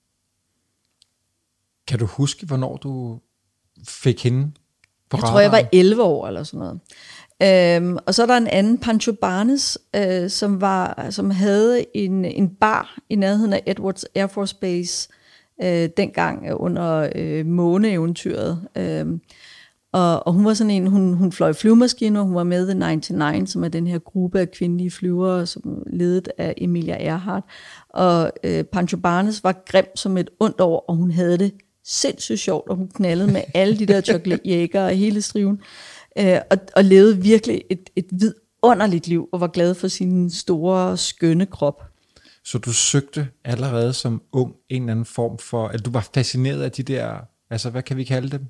Kan du huske, hvornår du fik hende på Jeg radaren? tror, jeg var elleve år eller sådan noget. Øhm, og så er der en anden, Pancho Barnes, øh, som, var, som havde en, en bar i nærheden af Edwards Air Force Base, øh, dengang under øh, måneeventyret. Øh, og, og hun var sådan en, hun, hun fløj flyvemaskiner, hun var med i nioghalvfems, som er den her gruppe af kvindelige flyvere, som ledet af Emilia Earhart. Og øh, Pancho Barnes var grim som et ondt år, og hun havde det sindssygt sjovt, og hun knaldede med alle de der chocolate jæger og hele striven. Øh, og, og levede virkelig et, et vidunderligt liv, og var glad for sin store, skønne krop. Så du søgte allerede som ung en eller anden form for, at du var fascineret af de der, altså hvad kan vi kalde dem?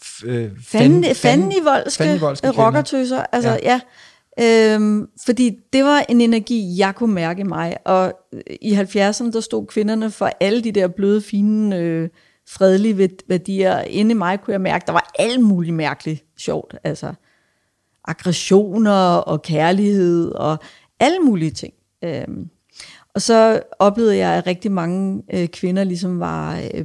Fandenivoldske rockertøser. Altså, ja. ja. Øhm, fordi det var en energi, jeg kunne mærke i mig. Og i halvfjerdserne, der stod kvinderne for alle de der bløde, fine, øh, fredelige værdier. Inde i mig kunne jeg mærke, der var alt muligt mærkeligt sjovt. Altså aggressioner og kærlighed og alle mulige ting. Øhm, og så oplevede jeg, at rigtig mange øh, kvinder ligesom var... Øh,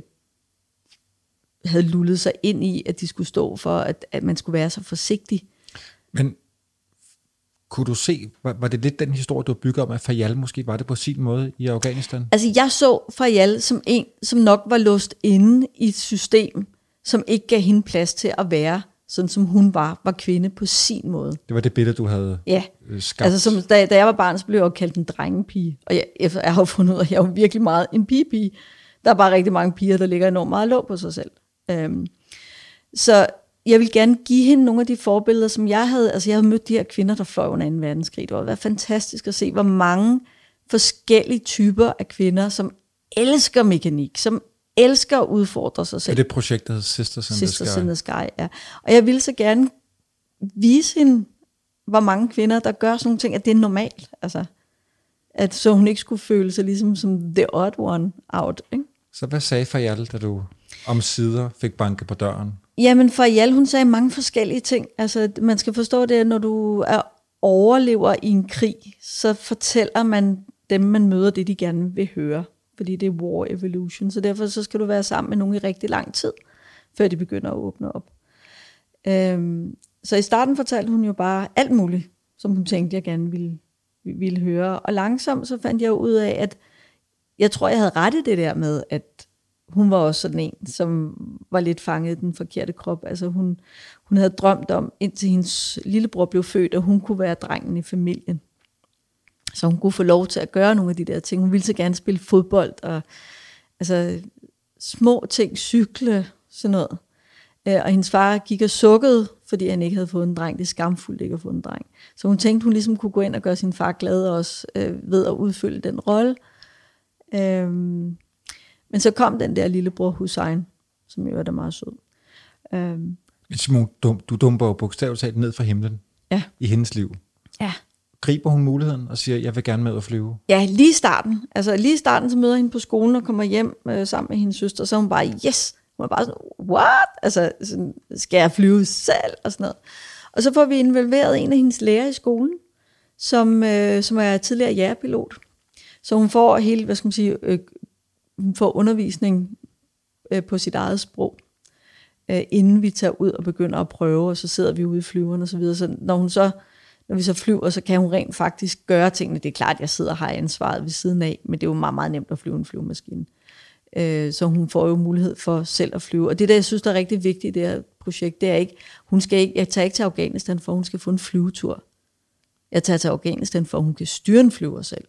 havde lullet sig ind i, at de skulle stå for, at, at man skulle være så forsigtig. Men kunne du se, var, var det lidt den historie, du byggede om, at Faryal måske var det på sin måde i Afghanistan? Altså, jeg så Faryal som en, som nok var låst inde i et system, som ikke gav hende plads til at være, sådan som hun var, var kvinde på sin måde. Det var det billede, du havde ja. skabt? Altså, som, da, da jeg var barn, så blev jeg jo kaldt en drengepige. Og jeg, jeg har jo fundet ud af, at jeg er jo virkelig meget en pige-pige. Der er bare rigtig mange piger, der ligger enormt meget låg på sig selv. Um, så jeg vil gerne give hende nogle af de forbilleder, som jeg havde. Altså jeg havde mødt de her kvinder, der fløj under anden verdenskrig. Det var været fantastisk at se, hvor mange forskellige typer af kvinder, som elsker mekanik, som elsker at udfordre sig selv. Er det projekt, der hedder Sisters in the Sky? Sisters in the Sky, ja. Og jeg ville så gerne vise hende, hvor mange kvinder, der gør sådan nogle ting, at det er normalt. Altså, at så hun ikke skulle føle sig ligesom som the odd one out, ikke? Så hvad sagde Faryal, da du om sider fik banket på døren? Jamen Faryal, hun sagde mange forskellige ting. Altså man skal forstå det, at når du er overlever i en krig, så fortæller man dem, man møder, det de gerne vil høre. Fordi det er war evolution. Så derfor så skal du være sammen med nogen i rigtig lang tid, før de begynder at åbne op. Øhm, så i starten fortalte hun jo bare alt muligt, som hun tænkte, jeg gerne ville, ville høre. Og langsomt så fandt jeg ud af, at jeg tror, jeg havde ret i det der med, at hun var også sådan en, som var lidt fanget i den forkerte krop. Altså hun, hun havde drømt om, indtil hendes lillebror blev født, at hun kunne være drengen i familien. Så hun kunne få lov til at gøre nogle af de der ting. Hun ville så gerne spille fodbold, og altså små ting, cykle, sådan noget. Og hendes far gik og sukkede, fordi han ikke havde fået en dreng. Det er skamfuldt ikke at få en dreng. Så hun tænkte, hun ligesom kunne gå ind og gøre sin far glad også, øh, ved at udfylde den rolle. Øhm, men så kom den der lillebror Hussein, som jo var da meget sød. Øhm, Men Simone, du, du dumper jo bogstaveligt talt ned fra himlen ja. i hendes liv. Ja. Griber hun muligheden og siger, jeg vil gerne med at flyve? Ja, lige i starten. Altså lige i starten, så møder hende på skolen og kommer hjem øh, sammen med hendes søster, så er hun bare, yes! Hun er bare sådan, what? Altså, sådan, skal jeg flyve selv? Og sådan noget. Og så får vi involveret en af hendes lærere i skolen, som, øh, som er tidligere jægerpilot. Så hun får hele, hvad skal man sige, øh, hun får undervisning øh, på sit eget sprog, øh, inden vi tager ud og begynder at prøve, og så sidder vi ude i flyveren og så videre. Så når hun så, når vi så flyver, så kan hun rent faktisk gøre tingene. Det er klart, at jeg sidder og har ansvaret ved siden af, men det er jo meget, meget nemt at flyve en flyvemaskine. Øh, så hun får jo mulighed for selv at flyve. Og det der, jeg synes, der er rigtig vigtigt i det her projekt, det er ikke, hun skal ikke, jeg tager ikke til Afghanistan, for hun skal få en flyvetur. Jeg tager til Afghanistan, for hun kan styre en flyver selv.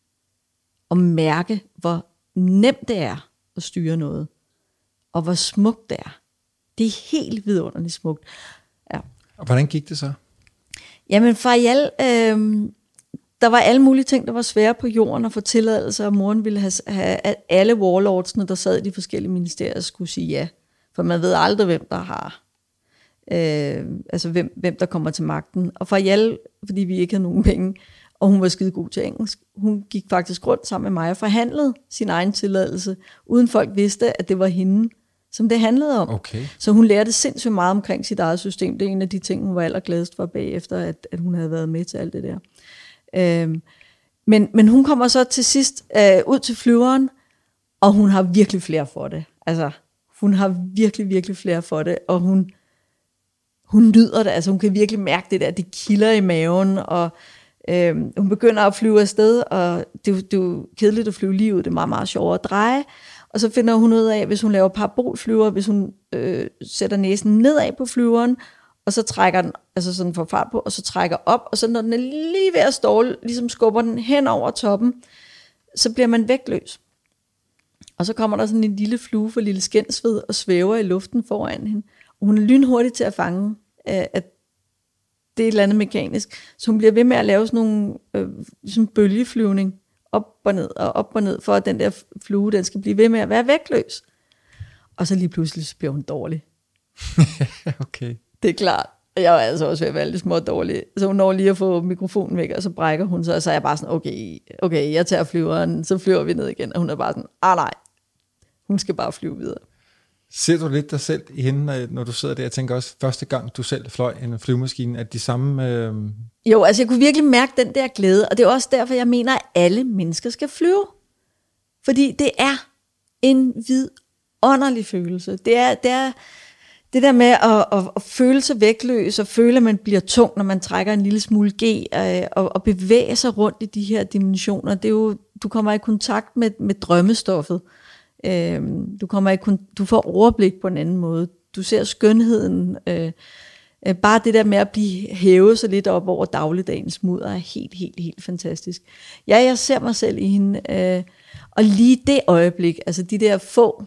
Og mærke, hvor nemt det er at styre noget. Og hvor smukt det er. Det er helt vidunderligt smukt. Ja. Og hvordan gik det så? Jamen, Faryal, øh, der var alle mulige ting, der var svære på jorden at få tilladelse, og moren ville have, have, at alle warlordsene, der sad i de forskellige ministerier, skulle sige ja. For man ved aldrig, hvem der har, øh, altså hvem, hvem der kommer til magten. Og Faryal, fordi vi ikke havde nogen penge, og hun var skide god til engelsk, hun gik faktisk rundt sammen med mig og forhandlede sin egen tilladelse, uden folk vidste, at det var hende, som det handlede om. Okay. Så hun lærte sindssygt meget omkring sit eget system. Det er en af de ting, hun var allergladest for bagefter, at, at hun havde været med til alt det der. Øhm, men, men hun kommer så til sidst øh, ud til flyveren, og hun har virkelig flere for det. Altså, hun har virkelig, virkelig flere for det, og hun, hun nyder det. Altså, hun kan virkelig mærke det der, det kilder i maven, og øhm, hun begynder at flyve afsted, og det, det er jo kedeligt at flyve lige ud, det er meget, meget sjovere at dreje. Og så finder hun ud af, hvis hun laver parabolflyver, hvis hun øh, sætter næsen nedad på flyveren, og så trækker den, altså sådan får fart på, og så trækker op, og så når den er lige ved at ståle, ligesom skubber den hen over toppen, så bliver man vægtløs. Og så kommer der sådan en lille flue for lille Skensved, og svæver i luften foran hende. Og hun er lynhurtig til at fange, øh, at det er et eller andet mekanisk. Så hun bliver ved med at lave sådan nogle øh, sådan bølgeflyvning, op og ned, og op og ned, for at den der flue, den skal blive ved med at være vægtløs. Og så lige pludselig, så bliver hun dårlig. Okay. Det er klart. Jeg var altså også ved at være lidt små dårlig. Så hun når lige at få mikrofonen væk, og så brækker hun sig, og så er jeg bare sådan, okay, okay, jeg tager flyveren, så flyver vi ned igen. Og hun er bare sådan, ah nej, hun skal bare flyve videre. Ser du lidt dig selv i hende, når du sidder der? Jeg tænker også, første gang du selv fløj en flyvemaskine, at de samme... Øh... Jo, altså jeg kunne virkelig mærke den der glæde, og det er også derfor, jeg mener, at alle mennesker skal flyve. Fordi det er en vidunderlig følelse. Det er... Det er Det der med at, at, at føle sig vægtløs, og føle, at man bliver tung, når man trækker en lille smule G, øh, og, og bevæge sig rundt i de her dimensioner, det er jo, du kommer i kontakt med, med drømmestoffet. Øh, du, kommer i, du får overblik på en anden måde. Du ser skønheden. Øh, øh, bare det der med at blive hævet så lidt op over dagligdagens mudder er helt, helt, helt fantastisk. Ja, jeg ser mig selv i hende, øh, og lige det øjeblik, altså de der få...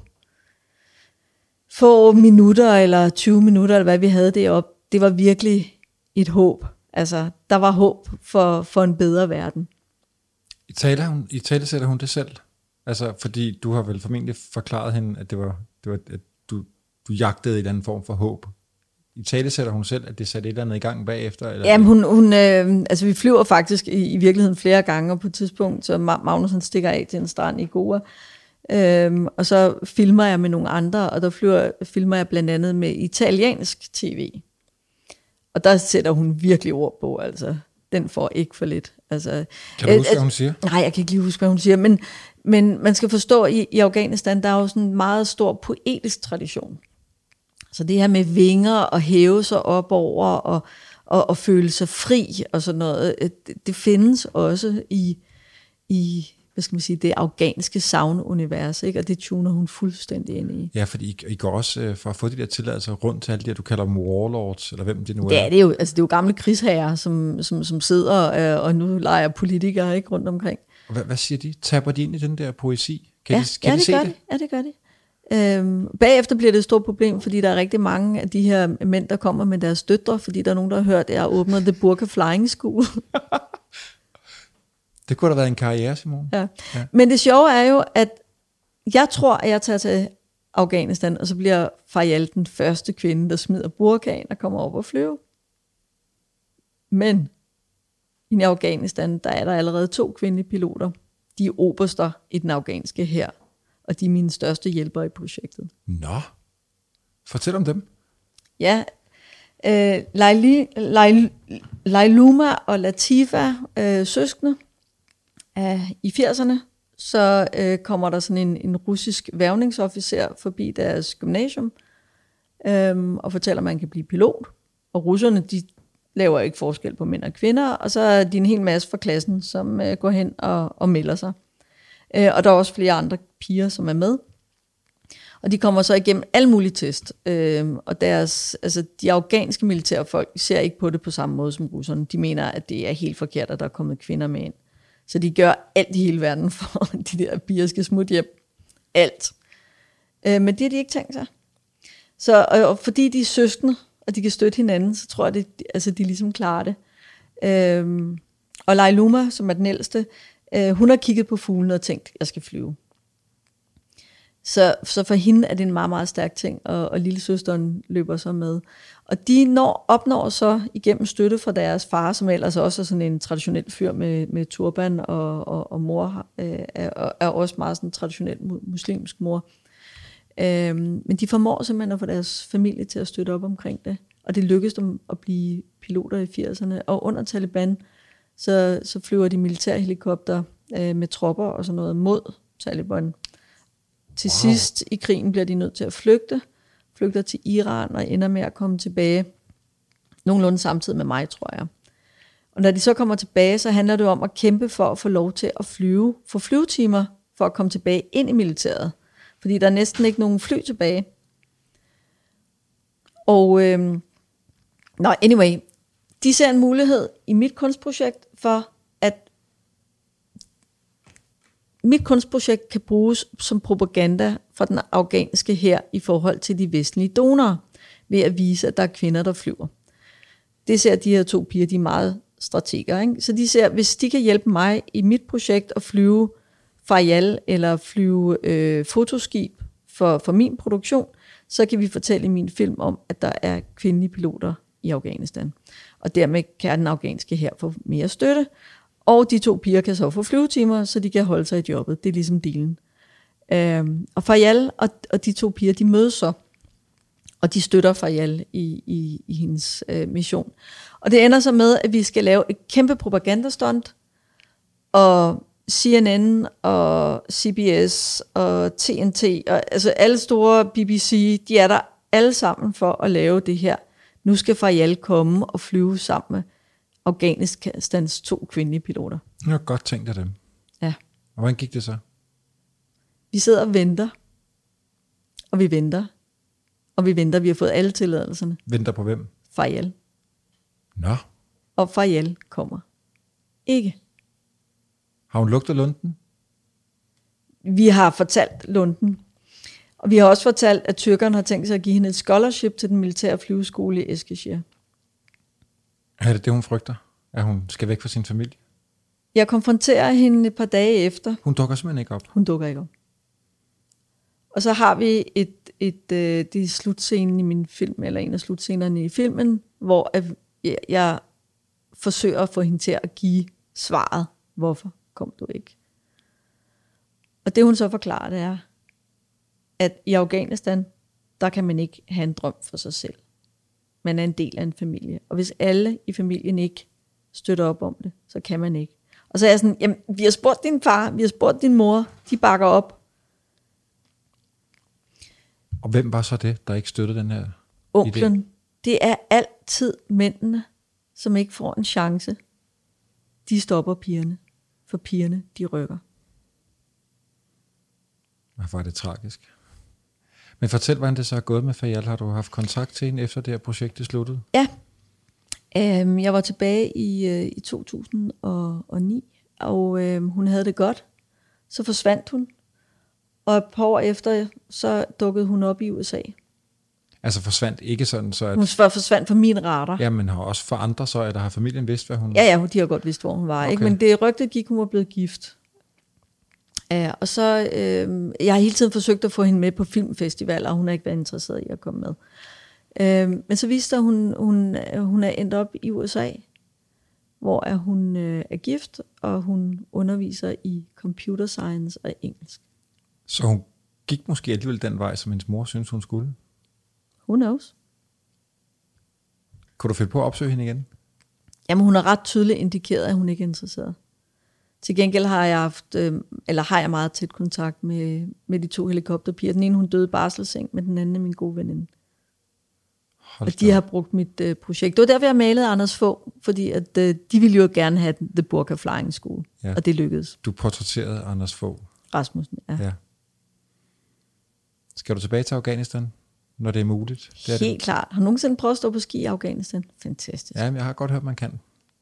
få minutter, eller tyve minutter, eller hvad vi havde deroppe, det var virkelig et håb. Altså, der var håb for, for en bedre verden. I tale, hun, I tale sætter hun det selv? Altså, fordi du har vel formentlig forklaret hende, at det var, det var at du, du jagtede en eller anden form for håb. I tale sætter hun selv, at det satte et eller andet i gang bagefter? Eller Jamen, hun, hun, øh, altså vi flyver faktisk i, i virkeligheden flere gange, og på et tidspunkt, så Magnus han stikker af til en strand i Goa, Øhm, og så filmer jeg med nogle andre, og der flyver, filmer jeg blandt andet med italiensk tv. Og der sætter hun virkelig ord på, altså. Den får ikke for lidt. Altså, kan du huske, øh, hvad hun siger? Nej, jeg kan ikke lige huske, hvad hun siger, men, men man skal forstå, at i, i Afghanistan, der er jo sådan en meget stor poetisk tradition. Så det her med vinger og hæve sig op over, og, og, og føle sig fri, og sådan noget, det, det findes også i, i hvad skal man sige, det afghanske saununivers, ikke? Og det tuner hun fuldstændig ind i. Ja, fordi I, I går også øh, for at få de der tilladelser rundt til alle de der, du kalder dem warlords, eller hvem det nu er. Ja, det er jo, altså, det er jo gamle krigsherrer, som, som, som sidder øh, og nu leger politikere, ikke, rundt omkring. Og hvad, hvad siger de? Tapper de ind i den der poesi? Kan ja, de, kan ja, de det se gør det? de. Ja, det gør de. Øhm, bagefter bliver det et stort problem, fordi der er rigtig mange af de her mænd, der kommer med deres døtre, fordi der er nogen, der har hørt, at jeg har åbnet The Burqa Flying School. Det kunne da have været en karriere, Simone. Ja. Ja. Men det sjove er jo, at jeg tror, at jeg tager til Afghanistan, og så bliver Faryal den første kvinde, der smider burkaen og kommer op og flyve. Men i Afghanistan, der er der allerede to kvindelige piloter. De er oberster i den afghanske hær, og de er mine største hjælpere i projektet. Nå, fortæl om dem. Ja, øh, Laili, Lail, Lailuma og Latifa, øh, søskende, øh, i firserne, så øh, kommer der sådan en, en russisk værvningsofficer forbi deres gymnasium, øh, og fortæller, at man kan blive pilot. Og russerne, de laver ikke forskel på mænd og kvinder, og så er de en hel masse fra klassen, som øh, går hen og, og melder sig. Øh, og der er også flere andre piger, som er med. Og de kommer så igennem alle mulige test. Øh, og deres, altså, de afghanske militærfolk ser ikke på det på samme måde som russerne. De mener, at det er helt forkert, at der er kommet kvinder med ind. Så de gør alt i hele verden for, de der piger skal smutte hjem. Alt. Øh, men det har de ikke tænkt sig. Så og fordi de er søskende, og de kan støtte hinanden, så tror jeg, det, altså, de ligesom klarer det. Øh, og Lailuma, som er den ældste, øh, hun har kigget på fuglene og tænkt, jeg skal flyve. Så, så for hende er det en meget, meget stærk ting, og, og lille søsteren løber så med. Og de når, opnår så igennem støtte fra deres far, som ellers også er sådan en traditionel fyr med, med turban, og, og, og mor øh, er, er også meget sådan en traditionel muslimsk mor. Øhm, men de formår simpelthen at få deres familie til at støtte op omkring det. Og det lykkedes dem at blive piloter i firserne. Og under Taliban, så, så flyver de militærhelikopter øh, med tropper og sådan noget mod Taliban. Til wow. sidst i krigen bliver de nødt til at flygte, flygter til Iran og ender med at komme tilbage, nogenlunde samtidig med mig, tror jeg. Og når de så kommer tilbage, så handler det om at kæmpe for at få lov til at flyve, få flyvetimer for at komme tilbage ind i militæret, fordi der er næsten ikke nogen fly tilbage. Og øhm, no, anyway, de ser en mulighed i mit kunstprojekt for, at mit kunstprojekt kan bruges som propaganda for den afghanske hær i forhold til de vestlige donorer, ved at vise, at der er kvinder, der flyver. Det ser de her to piger, de er meget strateger, ikke? Så de ser, hvis de kan hjælpe mig i mit projekt at flyve Faryal eller flyve øh, fotoskib for, for min produktion, så kan vi fortælle i min film om, at der er kvindelige piloter i Afghanistan. Og dermed kan den afghanske hær få mere støtte, og de to piger kan så få flyvetimer, så de kan holde sig i jobbet. Det er ligesom dealen. Øhm, og Faryal og, og de to piger, de mødes så, og de støtter Faryal i, i, i hendes øh, mission. Og det ender så med, at vi skal lave et kæmpe propagandastunt, og C N N og C B S og T N T, og altså alle store B B C, de er der alle sammen for at lave det her. Nu skal Faryal komme og flyve sammen med Afghanistans to kvindelige piloter. Jeg har godt tænkt af dem. Ja. Og hvordan gik det så? Vi sidder og venter, og vi venter, og vi venter. Vi har fået alle tilladelserne. Venter på hvem? Faryal. Nå. Og Faryal kommer ikke. Har hun lugtet lunden? Vi har fortalt lunden, og vi har også fortalt, at tyrkerne har tænkt sig at give hende et scholarship til den militære flyveskole i Eskişehir. Er det det, hun frygter? At hun skal væk fra sin familie? Jeg konfronterer hende et par dage efter. Hun dukker simpelthen ikke op? Hun dukker ikke op. Og så har vi et, et, øh, det er slutscenen i min film, eller en af slutscenerne i filmen, hvor jeg, jeg forsøger at få hende til at give svaret. Hvorfor kom du ikke? Og det hun så forklarer, det er, at i Afghanistan, der kan man ikke have en drøm for sig selv. Man er en del af en familie. Og hvis alle i familien ikke støtter op om det, så kan man ikke. Og så er jeg sådan, jamen, vi har spurgt din far, vi har spurgt din mor, de bakker op. Og hvem var så det, der ikke støttede den her Onklen. idé? Det er altid mændene, som ikke får en chance. De stopper pigerne, for pigerne, de rykker. Hvor er det tragisk. Men fortæl, hvordan det så er gået med Fahyal. Har du haft kontakt til hende, efter det her projekt er sluttet? Ja. Øhm, jeg var tilbage i, øh, i to tusind og ni, og øh, hun havde det godt. Så forsvandt hun. Og et par år efter, så dukkede hun op i U S A. Altså forsvandt ikke sådan, så at... Hun forsvandt fra min radar. Ja, men har også for andre så, at der har familien vidst, hvad hun... Ja, ja, de har godt vidst, hvor hun var. Okay. Ikke? Men det rygtet gik, hun var blevet gift. Ja, og så... Øh, jeg har hele tiden forsøgt at få hende med på filmfestivaler, og hun har ikke været interesseret i at komme med. Øh, men så viste det, at hun, hun, hun er endt op i U S A, hvor hun øh, er gift, og hun underviser i computer science og engelsk. Så hun gik måske alligevel den vej, som hendes mor synes, hun skulle? Who knows? Kunne du finde på at opsøge hende igen? Jamen, hun har ret tydeligt indikeret, at hun ikke er interesseret. Til gengæld har jeg haft, øh, eller har jeg meget tæt kontakt med, med de to helikopterpiger. Den ene, hun døde i barselsseng, men den anden er min gode veninde. Hold og de har brugt mit øh, projekt. Det var derfor, jeg malede Anders Fogh, fordi at, øh, de ville jo gerne have The Burka Flying School, ja. Og det lykkedes. Du portrætterede Anders Fogh. Rasmussen, ja. ja. Skal du tilbage til Afghanistan, når det er muligt? Det er Helt det. klart. Har du nogensinde prøvet at stå på ski i Afghanistan? Fantastisk. Ja, men jeg har godt hørt, man kan.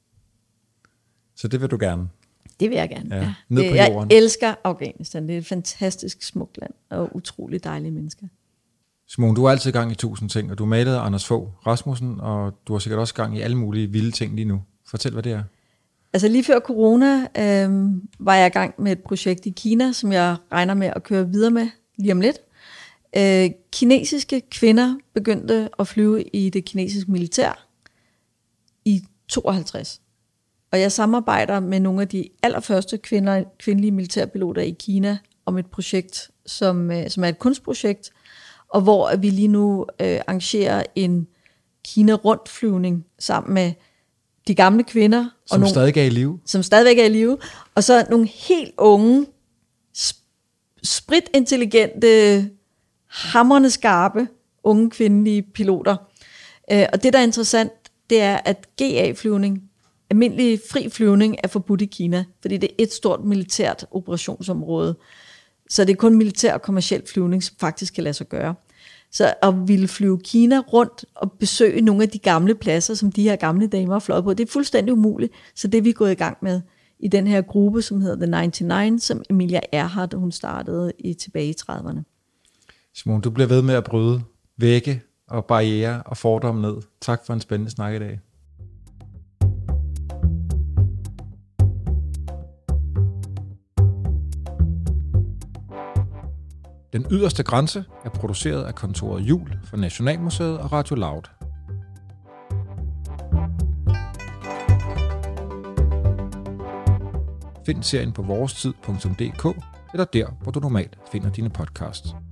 Så det vil du gerne? Det vil jeg gerne, ja. ja. Ned på jeg jorden. elsker Afghanistan. Det er et fantastisk smukt land, og utrolig dejlige mennesker. Simone, du har altid gang i tusind ting, og du malede Anders Fogh Rasmussen, og du har sikkert også gang i alle mulige vilde ting lige nu. Fortæl, hvad det er. Altså lige før corona øh, var jeg i gang med et projekt i Kina, som jeg regner med at køre videre med lige om lidt. Øh, kinesiske kvinder begyndte at flyve i det kinesiske militær i tooghalvtreds. Og jeg samarbejder med nogle af de allerførste kvinder, kvindelige militærpiloter i Kina om et projekt, som, øh, som er et kunstprojekt, og hvor vi lige nu øh, arrangerer en Kina-rundflyvning sammen med de gamle kvinder. Som og nogle, stadig er i live. Som stadigvæk er i live. Og så nogle helt unge, spritintelligente, hamrende skarpe, unge kvindelige piloter. Øh, og det, der er interessant, det er, at G A-flyvning, almindelig fri flyvning, er forbudt i Kina, fordi det er et stort militært operationsområde. Så det er kun militær og kommerciel flyvning, som faktisk kan lade sig gøre. Så at ville flyve Kina rundt og besøge nogle af de gamle pladser, som de her gamle damer har fløjet på, det er fuldstændig umuligt. Så det vi er gået i gang med i den her gruppe, som hedder The nioghalvfems, som Emilia Earhart, hun startede i tilbage i trediverne. Simone, du bliver ved med at bryde vægge og barriere og fordomme ned. Tak for en spændende snak i dag. Den yderste grænse er produceret af kontoret Jul for Nationalmuseet og Radio Loud. Find serien på vorestid punktum d k eller der, hvor du normalt finder dine podcasts.